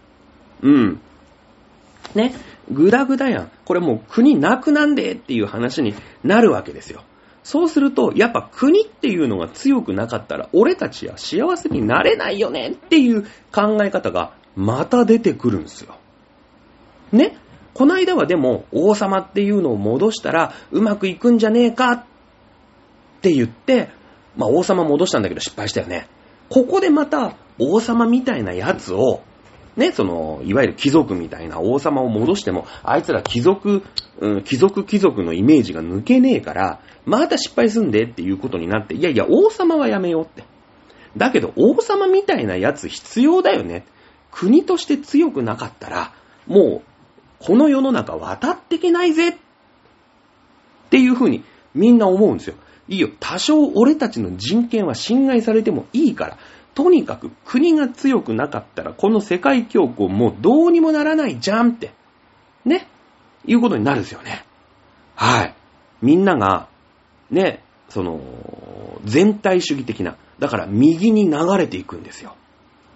ね、グダグダやん。これもう国なくなんでっていう話になるわけですよ。そうすると、やっぱ国っていうのが強くなかったら、俺たちは幸せになれないよねっていう考え方がまた出てくるんですよ。ね。この間はでも、王様っていうのを戻したらうまくいくんじゃねえかって言って、王様戻したんだけど失敗したよね。ここでまた王様みたいなやつを、ね、いわゆる貴族みたいな王様を戻しても、あいつら貴族のイメージが抜けねえから、また失敗すんでっていうことになって、いや、王様はやめようって。だけど、王様みたいなやつ必要だよね。国として強くなかったら、もう、この世の中渡っていけないぜっていうふうにみんな思うんですよ。いいよ、多少俺たちの人権は侵害されてもいいから、とにかく国が強くなかったら、この世界恐慌もうどうにもならないじゃんって、ね、いうことになるんですよね。はい。みんなが、ね、全体主義的な、だから右に流れていくんですよ。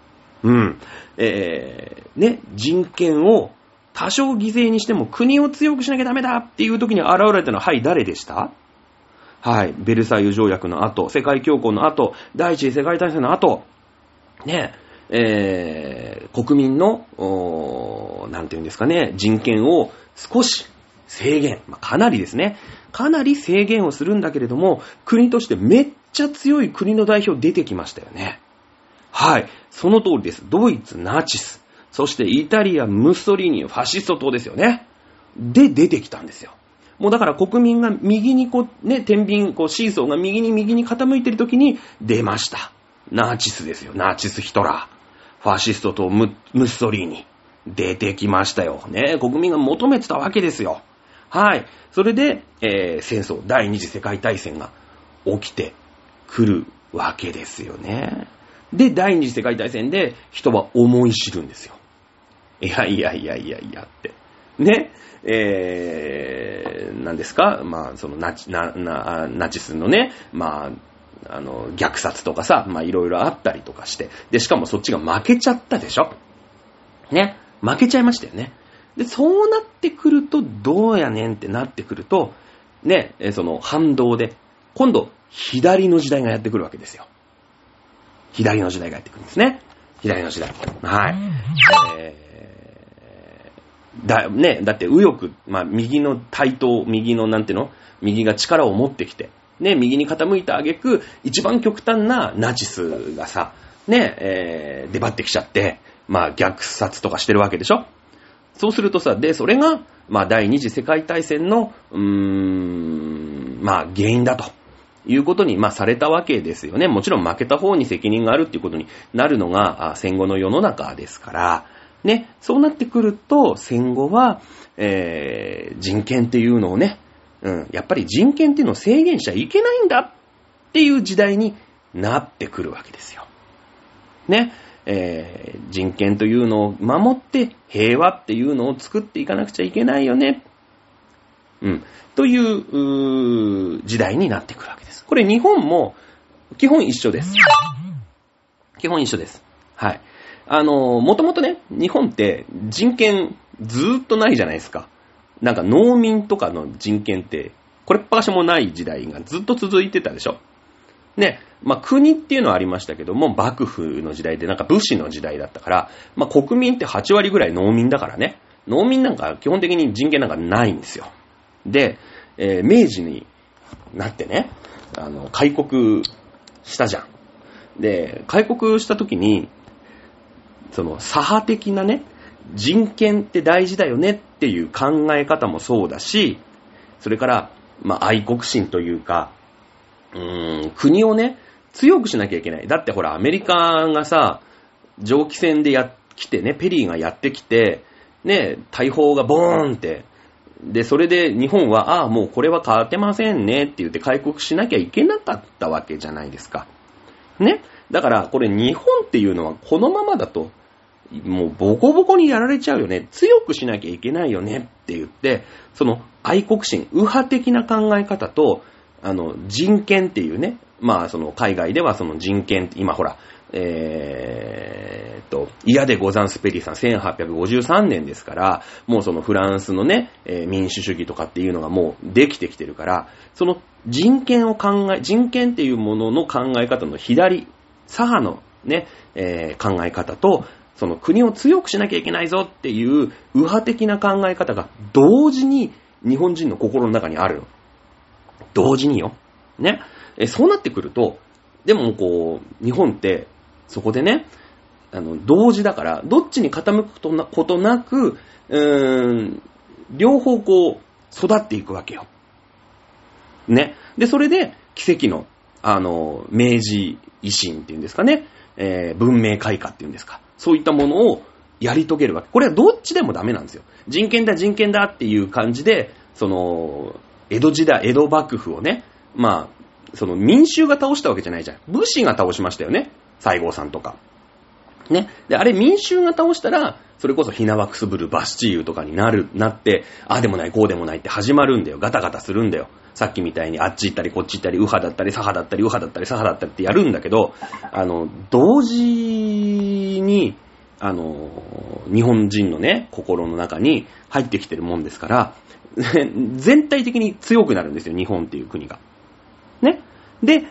ね、人権を多少犠牲にしても国を強くしなきゃダメだっていう時に現れたのは、はい、誰でした？はい、ベルサイユ条約の後、世界恐慌の後、第一次世界大戦の後、ね、国民の、なんていうんですかね、人権を少し制限、かなりですね、かなり制限をするんだけれども、国としてめっちゃ強い国の代表出てきましたよね。はい、その通りです。ドイツ、ナチス、そしてイタリア、ムッソリーニ、ファシスト党ですよね。で、出てきたんですよ。もうだから国民が右に天秤、シーソーが右に傾いてる時に出ました。ナチスですよ。ナチスヒトラー。ファシストとムッソリーニ。出てきましたよ。ね。国民が求めてたわけですよ。はい。それで、戦争、第二次世界大戦が起きてくるわけですよね。で、第二次世界大戦で人は思い知るんですよ。いやって。ね。何ですか、ナチスのね、虐殺とかさ、いろいろあったりとかして、で、しかもそっちが負けちゃったでしょ？ね、負けちゃいましたよね。で、そうなってくると、どうやねんってなってくると、ね、反動で、今度、左の時代がやってくるわけですよ。左の時代がやってくるんですね。左の時代。はい。だって右翼、右の台頭、右が力を持ってきて、ね、右に傾いた挙句、一番極端なナチスがさ、ね、出張ってきちゃって、虐殺とかしてるわけでしょ。そうするとさ、で、それが、第二次世界大戦の、原因だということに、されたわけですよね。もちろん負けた方に責任があるっていうことになるのが、戦後の世の中ですから、ね、そうなってくると、戦後は、人権っていうのをね、やっぱり人権っていうのを制限しちゃいけないんだっていう時代になってくるわけですよ。ね、人権というのを守って平和っていうのを作っていかなくちゃいけないよね。という時代になってくるわけです。これ日本も基本一緒です。基本一緒です。はい。もともとね、日本って人権ずーっとないじゃないですか。なんか農民とかの人権って、これっぱかしもない時代がずっと続いてたでしょ。 ね、国っていうのはありましたけども、幕府の時代でなんか武士の時代だったから、国民って8割ぐらい農民だからね、農民なんか基本的に人権なんかないんですよ。で、明治になってね、開国したじゃん。で、開国した時に、その左派的なね、人権って大事だよねっていう考え方もそうだし、それから、愛国心というか、国をね、強くしなきゃいけない。だってほら、アメリカがさ、蒸気船で来てね、ペリーがやってきて、ね、大砲がボーンって、で、それで日本は、もうこれは勝てませんねって言って開国しなきゃいけなかったわけじゃないですか。ね。だから、これ日本っていうのはこのままだと、もうボコボコにやられちゃうよね。強くしなきゃいけないよねって言って、その愛国心、右派的な考え方と、人権っていうね、その海外ではその人権、今ほら、嫌でござんすペリーさん1853年ですから、もうそのフランスのね、民主主義とかっていうのがもうできてきてるから、その人権っていうものの考え方の左派のね、考え方と、その国を強くしなきゃいけないぞっていう右派的な考え方が同時に日本人の心の中にある。同時によ。ね。そうなってくると、でもこう、日本ってそこでね、同時だから、どっちに傾くことなく、両方こう、育っていくわけよ。ね。で、それで、奇跡の、明治維新っていうんですかね、文明開化っていうんですか。そういったものをやり遂げるわけ。これはどっちでもダメなんですよ。人権だっていう感じで、その、江戸幕府をね、その民衆が倒したわけじゃないじゃん。武士が倒しましたよね。西郷さんとか。ね。で、あれ民衆が倒したら、それこそ火縄くすぶるバスチーユとかになって、ああでもないこうでもないって始まるんだよ。ガタガタするんだよ。さっきみたいにあっち行ったりこっち行ったり、右派だったり左派だったり右派だったり左派だったりってやるんだけど、同時に、日本人のね、心の中に入ってきてるもんですから、全体的に強くなるんですよ、日本っていう国が。ね。で、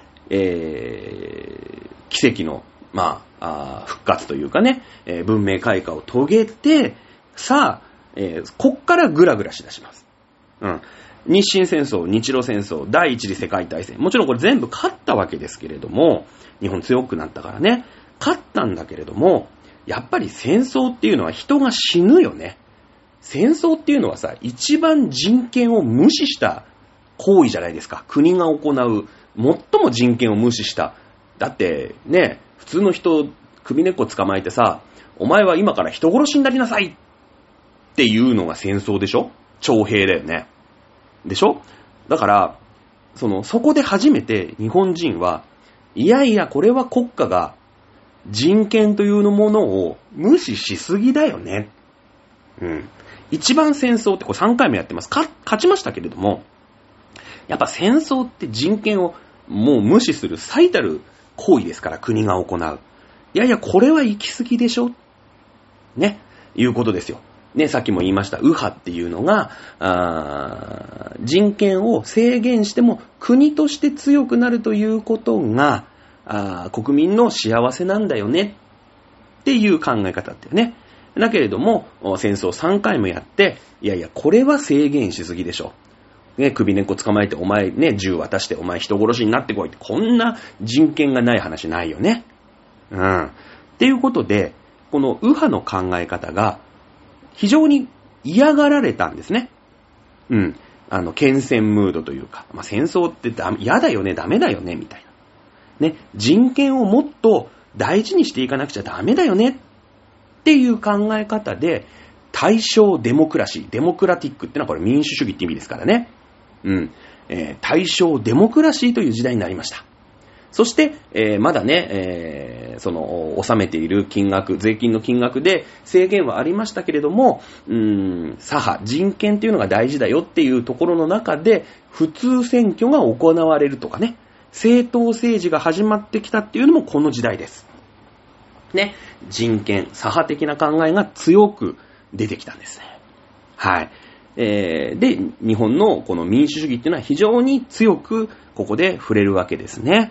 奇跡の、復活というかね、文明開化を遂げて、さあ、こっからグラグラしだします。うん。日清戦争、日露戦争、第一次世界大戦。もちろんこれ全部勝ったわけですけれども、日本強くなったからね、勝ったんだけれども、やっぱり戦争っていうのは人が死ぬよね。戦争っていうのはさ、一番人権を無視した行為じゃないですか。国が行う、最も人権を無視した。だってね、普通の人、首根っこ捕まえてさ、お前は今から人殺しになりなさいっていうのが戦争でしょ？徴兵だよね。でしょ？だから、そこで初めて日本人は、いやいや、これは国家が人権というものを無視しすぎだよね。うん。一番戦争ってこれ3回もやってます。勝ちましたけれども、やっぱ戦争って人権をもう無視する最たる行為ですから、国が行う。いやいや、これは行き過ぎでしょね、いうことですよ。ね、さっきも言いました、右派っていうのが、人権を制限しても国として強くなるということが、国民の幸せなんだよねっていう考え方だよね。だけれども、戦争3回もやって、いやいや、これは制限しすぎでしょ。ね、首根っこ捕まえて、お前ね、銃渡して、お前人殺しになってこいって、こんな人権がない話ないよね。うん。っていうことで、この右派の考え方が、非常に嫌がられたんですね。うん。牽制ムードというか、戦争って嫌だよね、ダメだよね、みたいな。ね、人権をもっと大事にしていかなくちゃダメだよね、っていう考え方で、大正デモクラシー、デモクラティックってのはこれ民主主義って意味ですからね。うん。大正デモクラシーという時代になりました。そして、まだね、納めている金額、税金の金額で制限はありましたけれども、左派、人権っていうのが大事だよっていうところの中で、普通選挙が行われるとかね、政党政治が始まってきたっていうのもこの時代です。ね、人権、左派的な考えが強く出てきたんですね。はい。で、日本のこの民主主義っていうのは非常に強くここで触れるわけですね。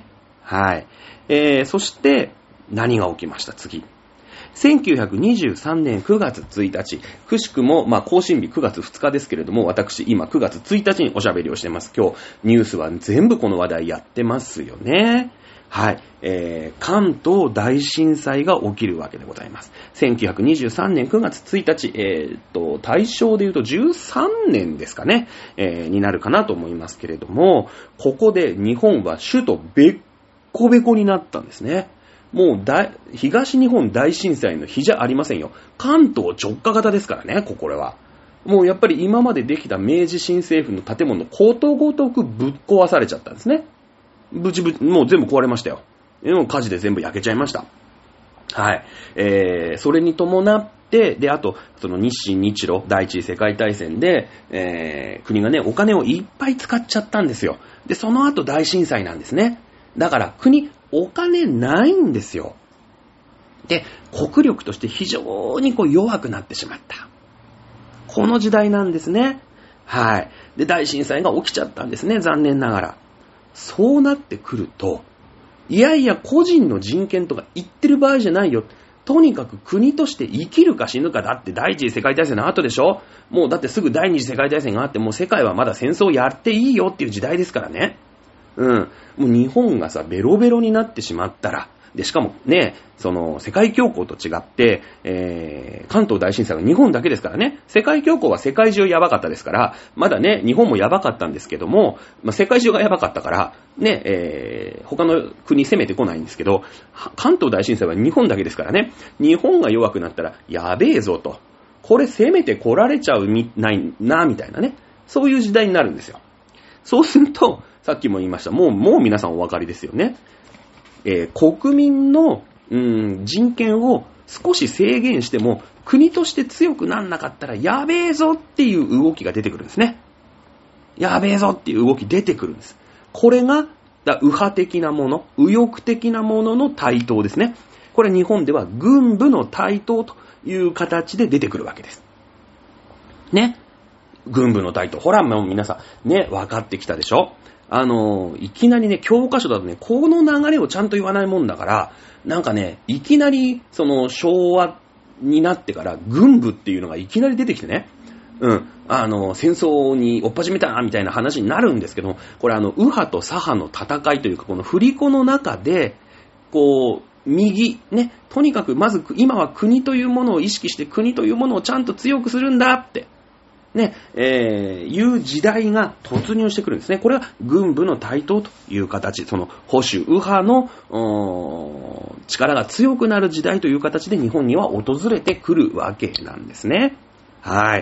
はい。そして、何が起きました次。1923年9月1日、くしくも、更新日9月2日ですけれども、私、今9月1日におしゃべりをしてます。今日、ニュースは全部この話題やってますよね。はい。関東大震災が起きるわけでございます。1923年9月1日、大正で言うと13年ですかね、になるかなと思いますけれども、ここで日本は首都べっこべこになったんですね。もう東日本大震災の日じゃありませんよ。関東直下型ですからね、これは。もうやっぱり今までできた明治新政府の建物ことごとくぶっ壊されちゃったんですね。もう全部壊れましたよ。もう火事で全部焼けちゃいました。はい。それに伴って、で、あと、その日清日露第一次世界大戦で、国がね、お金をいっぱい使っちゃったんですよ。で、その後大震災なんですね。だから国、お金ないんですよ。で、国力として非常に弱くなってしまった。この時代なんですね。はい。で、大震災が起きちゃったんですね、残念ながら。そうなってくると、いやいや個人の人権とか言ってる場合じゃないよ。とにかく国として生きるか死ぬかだって第一次世界大戦の後でしょ。もうだってすぐ第二次世界大戦があってもう世界はまだ戦争をやっていいよっていう時代ですからね。もう日本がさ、ベロベロになってしまったら、で、しかもね、その、世界恐慌と違って、関東大震災は日本だけですからね、世界恐慌は世界中やばかったですから、まだね、日本もやばかったんですけども、世界中がやばかったから、ね、他の国攻めてこないんですけど、関東大震災は日本だけですからね、日本が弱くなったら、やべえぞと、これ攻めてこられちゃうないな、みたいなね、そういう時代になるんですよ。そうすると、さっきも言いました。もう皆さんお分かりですよね。国民の、人権を少し制限しても、国として強くなんなかったら、やべえぞっていう動きが出てくるんですね。やべえぞっていう動き出てくるんです。これが、右派的なもの、右翼的なものの台頭ですね。これ日本では軍部の台頭という形で出てくるわけです。ね。軍部の台頭。ほら、もう皆さん、ね、分かってきたでしょ？いきなりね、教科書だとね、この流れをちゃんと言わないもんだから、なんかね、いきなり、その、昭和になってから、軍部っていうのがいきなり出てきてね、戦争に追っ始めたみたいな話になるんですけど、これ右派と左派の戦いというか、この振り子の中で、右、ね、とにかくまず今は国というものを意識して国というものをちゃんと強くするんだって、ね、いう時代が突入してくるんですね。これは軍部の台頭という形、その保守右派の力が強くなる時代という形で日本には訪れてくるわけなんですね。はい。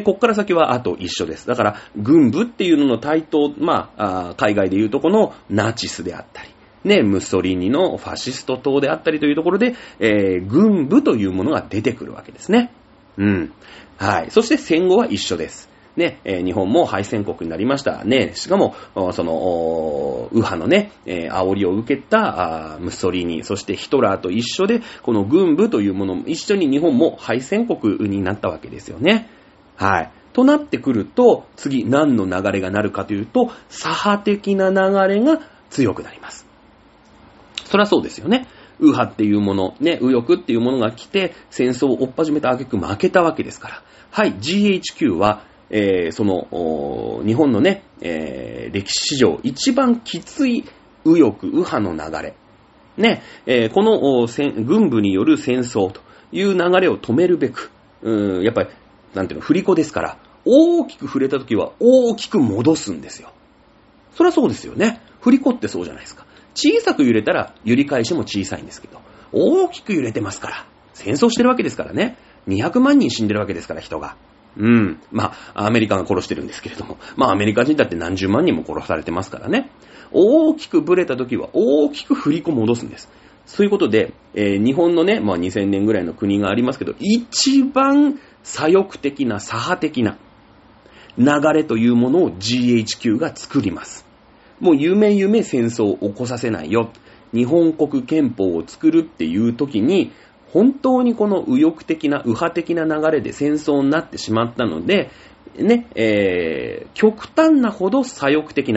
ここから先はあと一緒です。だから軍部っていうのの台頭、海外でいうとこのナチスであったり、ね、ムッソリーニのファシスト党であったりというところで、軍部というものが出てくるわけですね。はい。そして戦後は一緒です。ね、日本も敗戦国になりました。ね、しかも、その、右派のね、煽りを受けたムッソリーニ、そしてヒトラーと一緒で、この軍部というものも一緒に日本も敗戦国になったわけですよね。はい。となってくると、次何の流れがなるかというと、左派的な流れが強くなります。そりゃそうですよね。右派っていうもの、ね、右翼っていうものが来て、戦争を追っ始めた挙句負けたわけですから。はい、GHQ は、その、日本のね、歴史上一番きつい右翼、右派の流れ。ね、この軍部による戦争という流れを止めるべく、やっぱり、なんていうの、振り子ですから、大きく触れたときは大きく戻すんですよ。そりゃそうですよね。振り子ってそうじゃないですか。小さく揺れたら揺り返しも小さいんですけど、大きく揺れてますから、戦争してるわけですからね。200万人死んでるわけですから、人が。アメリカが殺してるんですけれども、アメリカ人だって何十万人も殺されてますからね。大きくブレた時は大きく振り子戻すんです。そういうことで、日本のね、2000年ぐらいの国がありますけど、一番左翼的な左派的な流れというものを GHQ が作ります。もう夢戦争を起こさせないよ。日本国憲法を作るっていう時に、本当にこの右翼的な、右派的な流れで戦争になってしまったので、ね、極端なほど左翼的な、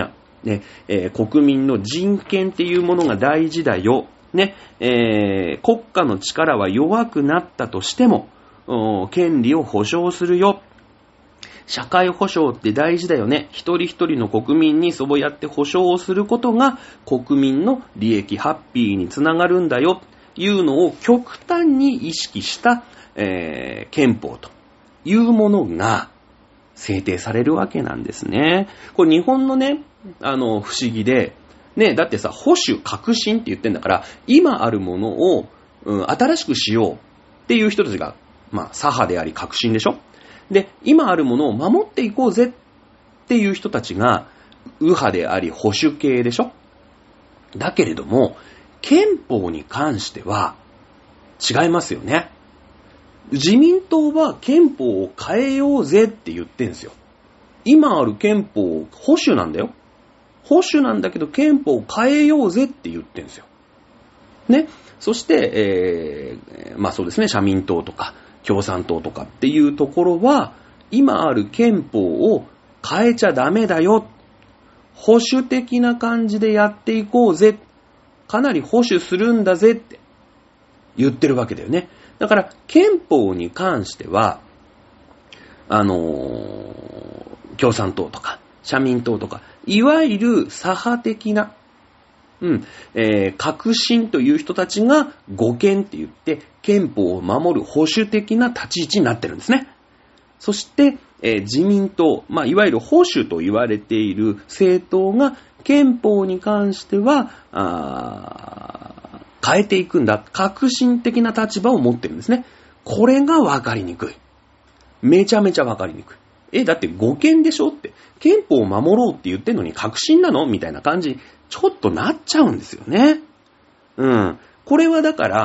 ね、国民の人権っていうものが大事だよ。ね、国家の力は弱くなったとしても、権利を保障するよ。社会保障って大事だよね。一人一人の国民にそうやって保障をすることが国民の利益、ハッピーにつながるんだよ。いうのを極端に意識した、憲法というものが制定されるわけなんですね。これ日本のね、不思議で、ね、だってさ、保守、革新って言ってんだから、今あるものを、新しくしようっていう人たちが、左派であり革新でしょ。で、今あるものを守っていこうぜっていう人たちが、右派であり保守系でしょ。だけれども、憲法に関しては違いますよね。自民党は憲法を変えようぜって言ってんですよ。今ある憲法、保守なんだよ。保守なんだけど憲法を変えようぜって言ってんですよ。ね。そして、そうですね、社民党とか共産党とかっていうところは、今ある憲法を変えちゃダメだよ。保守的な感じでやっていこうぜ。かなり保守するんだぜって言ってるわけだよね。だから憲法に関しては、共産党とか社民党とか、いわゆる左派的な、革新という人たちが護憲って言って憲法を守る保守的な立ち位置になってるんですね。そして、自民党、いわゆる保守と言われている政党が憲法に関しては変えていくんだ。革新的な立場を持ってるんですね。これが分かりにくい。めちゃめちゃ分かりにくい。だって護憲でしょって。憲法を守ろうって言ってんのに革新なのみたいな感じ、ちょっとなっちゃうんですよね。これはだから、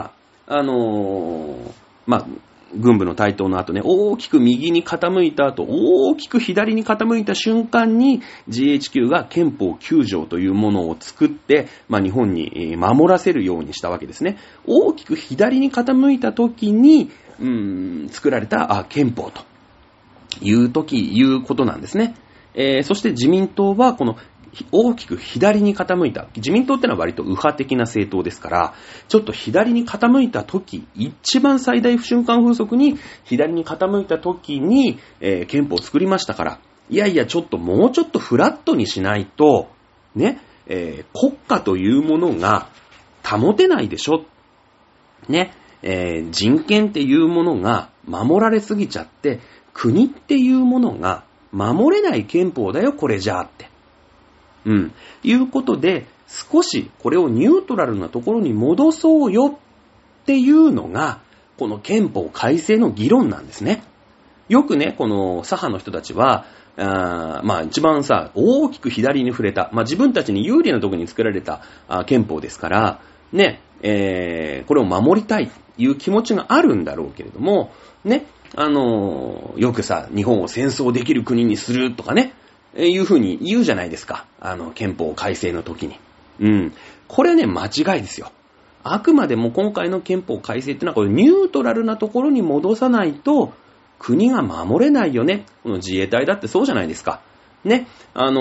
軍部の台頭の後ね、大きく右に傾いた後、大きく左に傾いた瞬間に GHQ が憲法9条というものを作って、日本に守らせるようにしたわけですね。大きく左に傾いた時に、作られた憲法ということなんですね。そして自民党はこの大きく左に傾いた。自民党ってのは割と右派的な政党ですから、ちょっと左に傾いた時、一番最大瞬間風速に左に傾いた時に、憲法を作りましたから、いやいやちょっともうちょっとフラットにしないと、ね、国家というものが保てないでしょ。ね、人権っていうものが守られすぎちゃって、国っていうものが守れない憲法だよ、これじゃあって。いうことで、少しこれをニュートラルなところに戻そうよっていうのが、この憲法改正の議論なんですね。よくね、この左派の人たちは、一番大きく左に触れた、自分たちに有利なところに作られた憲法ですから、ね、これを守りたいという気持ちがあるんだろうけれども、ね、よく日本を戦争できる国にするとかね、いうふうに言うじゃないですか。憲法改正の時に。これはね、間違いですよ。あくまでも今回の憲法改正ってのはこれニュートラルなところに戻さないと国が守れないよね。この自衛隊だってそうじゃないですか。ね。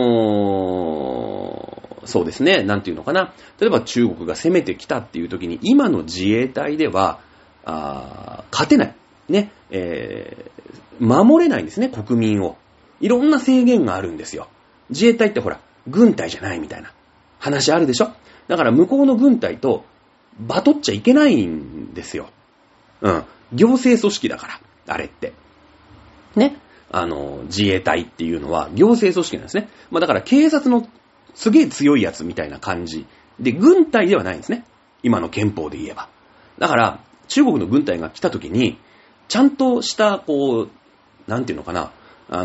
そうですね。なんていうのかな。例えば中国が攻めてきたっていう時に今の自衛隊では、勝てない。ね。守れないんですね、国民を。いろんな制限があるんですよ。自衛隊ってほら、軍隊じゃないみたいな話あるでしょ。だから向こうの軍隊とバトっちゃいけないんですよ。行政組織だから、あれって。ね。自衛隊っていうのは行政組織なんですね。だから警察のすげえ強いやつみたいな感じ。で、軍隊ではないんですね。今の憲法で言えば。だから、中国の軍隊が来た時に、ちゃんとした、なんていうのかな、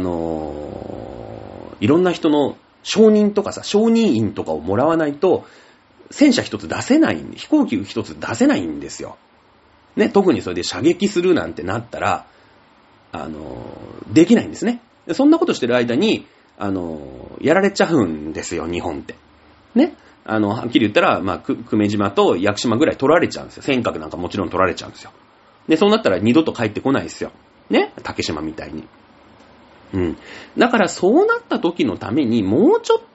いろんな人の承認とか承認印とかをもらわないと、戦車一つ出せないんで、飛行機一つ出せないんですよ。ね、特にそれで射撃するなんてなったら、できないんですね。そんなことしてる間に、やられちゃうんですよ、日本って。ね。はっきり言ったら、久米島と屋久島ぐらい取られちゃうんですよ。尖閣なんかもちろん取られちゃうんですよ。で、そうなったら二度と帰ってこないですよ。ね。竹島みたいに。だからそうなった時のためにもうちょっ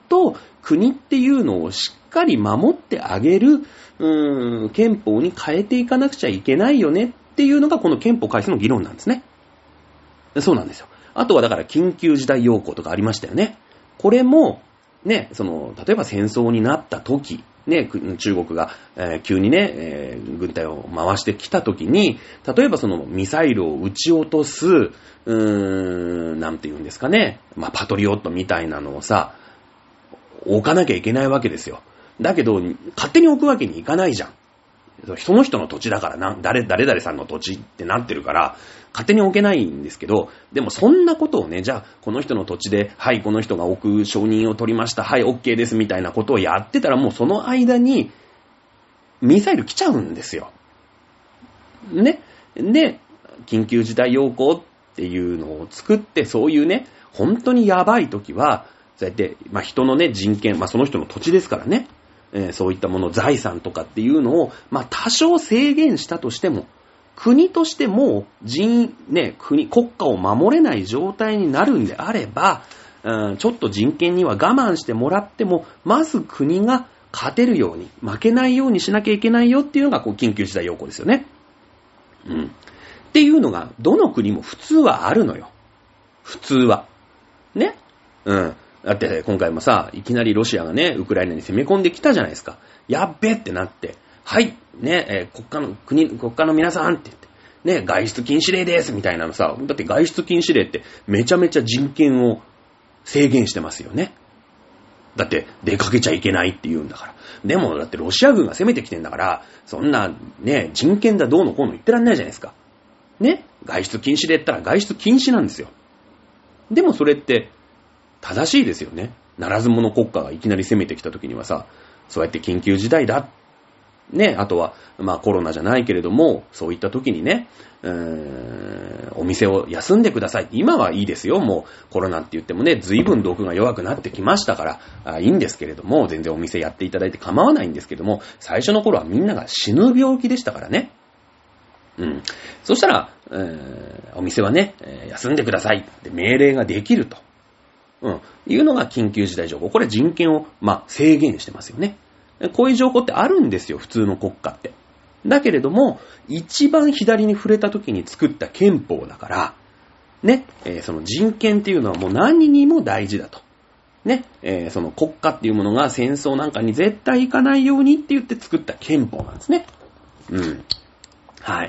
と国っていうのをしっかり守ってあげる、憲法に変えていかなくちゃいけないよねっていうのがこの憲法改正の議論なんですね。そうなんですよ。あとはだから緊急事態要項とかありましたよね。これも、ね、例えば戦争になった時、ね、中国が、急にね、軍隊を回してきた時に、例えばミサイルを撃ち落とす、なんて言うんですかね、パトリオットみたいなのをさ、置かなきゃいけないわけですよ。だけど、勝手に置くわけにいかないじゃん。その人の土地だから誰々さんの土地ってなってるから、勝手に置けないんですけど、でもそんなことをね、じゃあ、この人の土地で、はい、この人が置く承認を取りました、はい、OK ですみたいなことをやってたら、もうその間に、ミサイル来ちゃうんですよ。ね。で、緊急事態要項っていうのを作って、そういうね、本当にやばい時は、そうやって、人のね、人権、その人の土地ですからね、そういったもの、財産とかっていうのを、多少制限したとしても、国としても国家を守れない状態になるんであれば、ちょっと人権には我慢してもらっても、まず国が勝てるように、負けないようにしなきゃいけないよっていうのが、緊急事態要項ですよね。っていうのが、どの国も普通はあるのよ。普通は。ね。だって、今回もさ、いきなりロシアがね、ウクライナに攻め込んできたじゃないですか。やっべってなって、はい、ね、国家の皆さんって言って、ね、外出禁止令ですみたいなのさ、だって外出禁止令ってめちゃめちゃ人権を制限してますよね。だって出かけちゃいけないって言うんだから。でもだってロシア軍が攻めてきてんだから、そんなね、人権だどうのこうの言ってらんないじゃないですか。ね、外出禁止令って言ったら外出禁止なんですよ。でもそれって正しいですよね。ならず者国家がいきなり攻めてきた時にはさ、そうやって緊急事態だ。ね、あとは、コロナじゃないけれども、そういった時にね、お店を休んでください。今はいいですよ。もうコロナって言ってもね、随分毒が弱くなってきましたから、いいんですけれども、全然お店やっていただいて構わないんですけども、最初の頃はみんなが死ぬ病気でしたからね。そしたら、お店はね、休んでくださいって命令ができると。いうのが緊急事態条項。これ人権を、制限してますよね。こういう条項ってあるんですよ、普通の国家って。だけれども、一番左に触れた時に作った憲法だから、ね、その人権っていうのはもう何にも大事だと。ね、その国家っていうものが戦争なんかに絶対行かないようにって言って作った憲法なんですね。はい。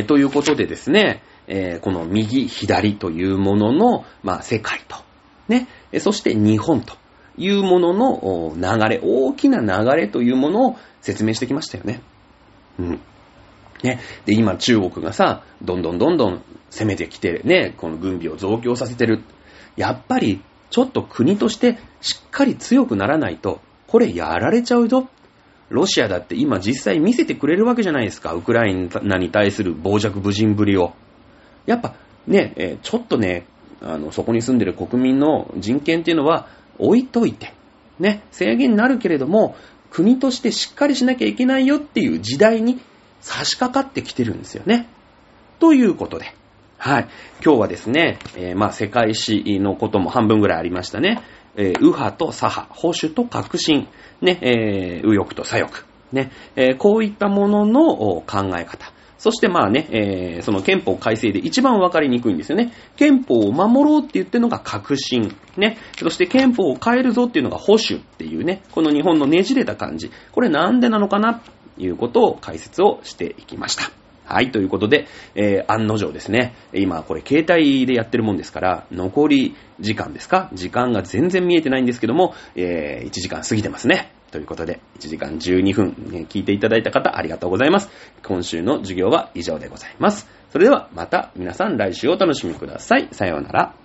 ということでですね、この右、左というものの、世界と、ね、そして日本というものの流れ、大きな流れというものを説明してきましたよね。ね。で、今中国がさ、どんどん攻めてきてね、この軍備を増強させてる。やっぱり、ちょっと国としてしっかり強くならないと、これやられちゃうぞ。ロシアだって今実際見せてくれるわけじゃないですか。ウクライナに対する傍若無人ぶりを。やっぱね、ちょっとね、そこに住んでる国民の人権っていうのは置いといて、ね、制限になるけれども、国としてしっかりしなきゃいけないよっていう時代に差し掛かってきてるんですよね。ということで、はい。今日はですね、世界史のことも半分ぐらいありましたね。右派と左派、保守と革新、ね、右翼と左翼、ね、こういったものの考え方。そしてその憲法改正で一番わかりにくいんですよね。憲法を守ろうって言ってるのが革新。ね。そして憲法を変えるぞっていうのが保守っていうね。この日本のねじれた感じ。これなんでなのかなということを解説をしていきました。はい。ということで、案の定ですね。今これ携帯でやってるもんですから、残り時間ですか？時間が全然見えてないんですけども、1時間過ぎてますね。ということで、1時間12分、聞いていただいた方ありがとうございます。今週の授業は以上でございます。それではまた皆さん来週お楽しみください。さようなら。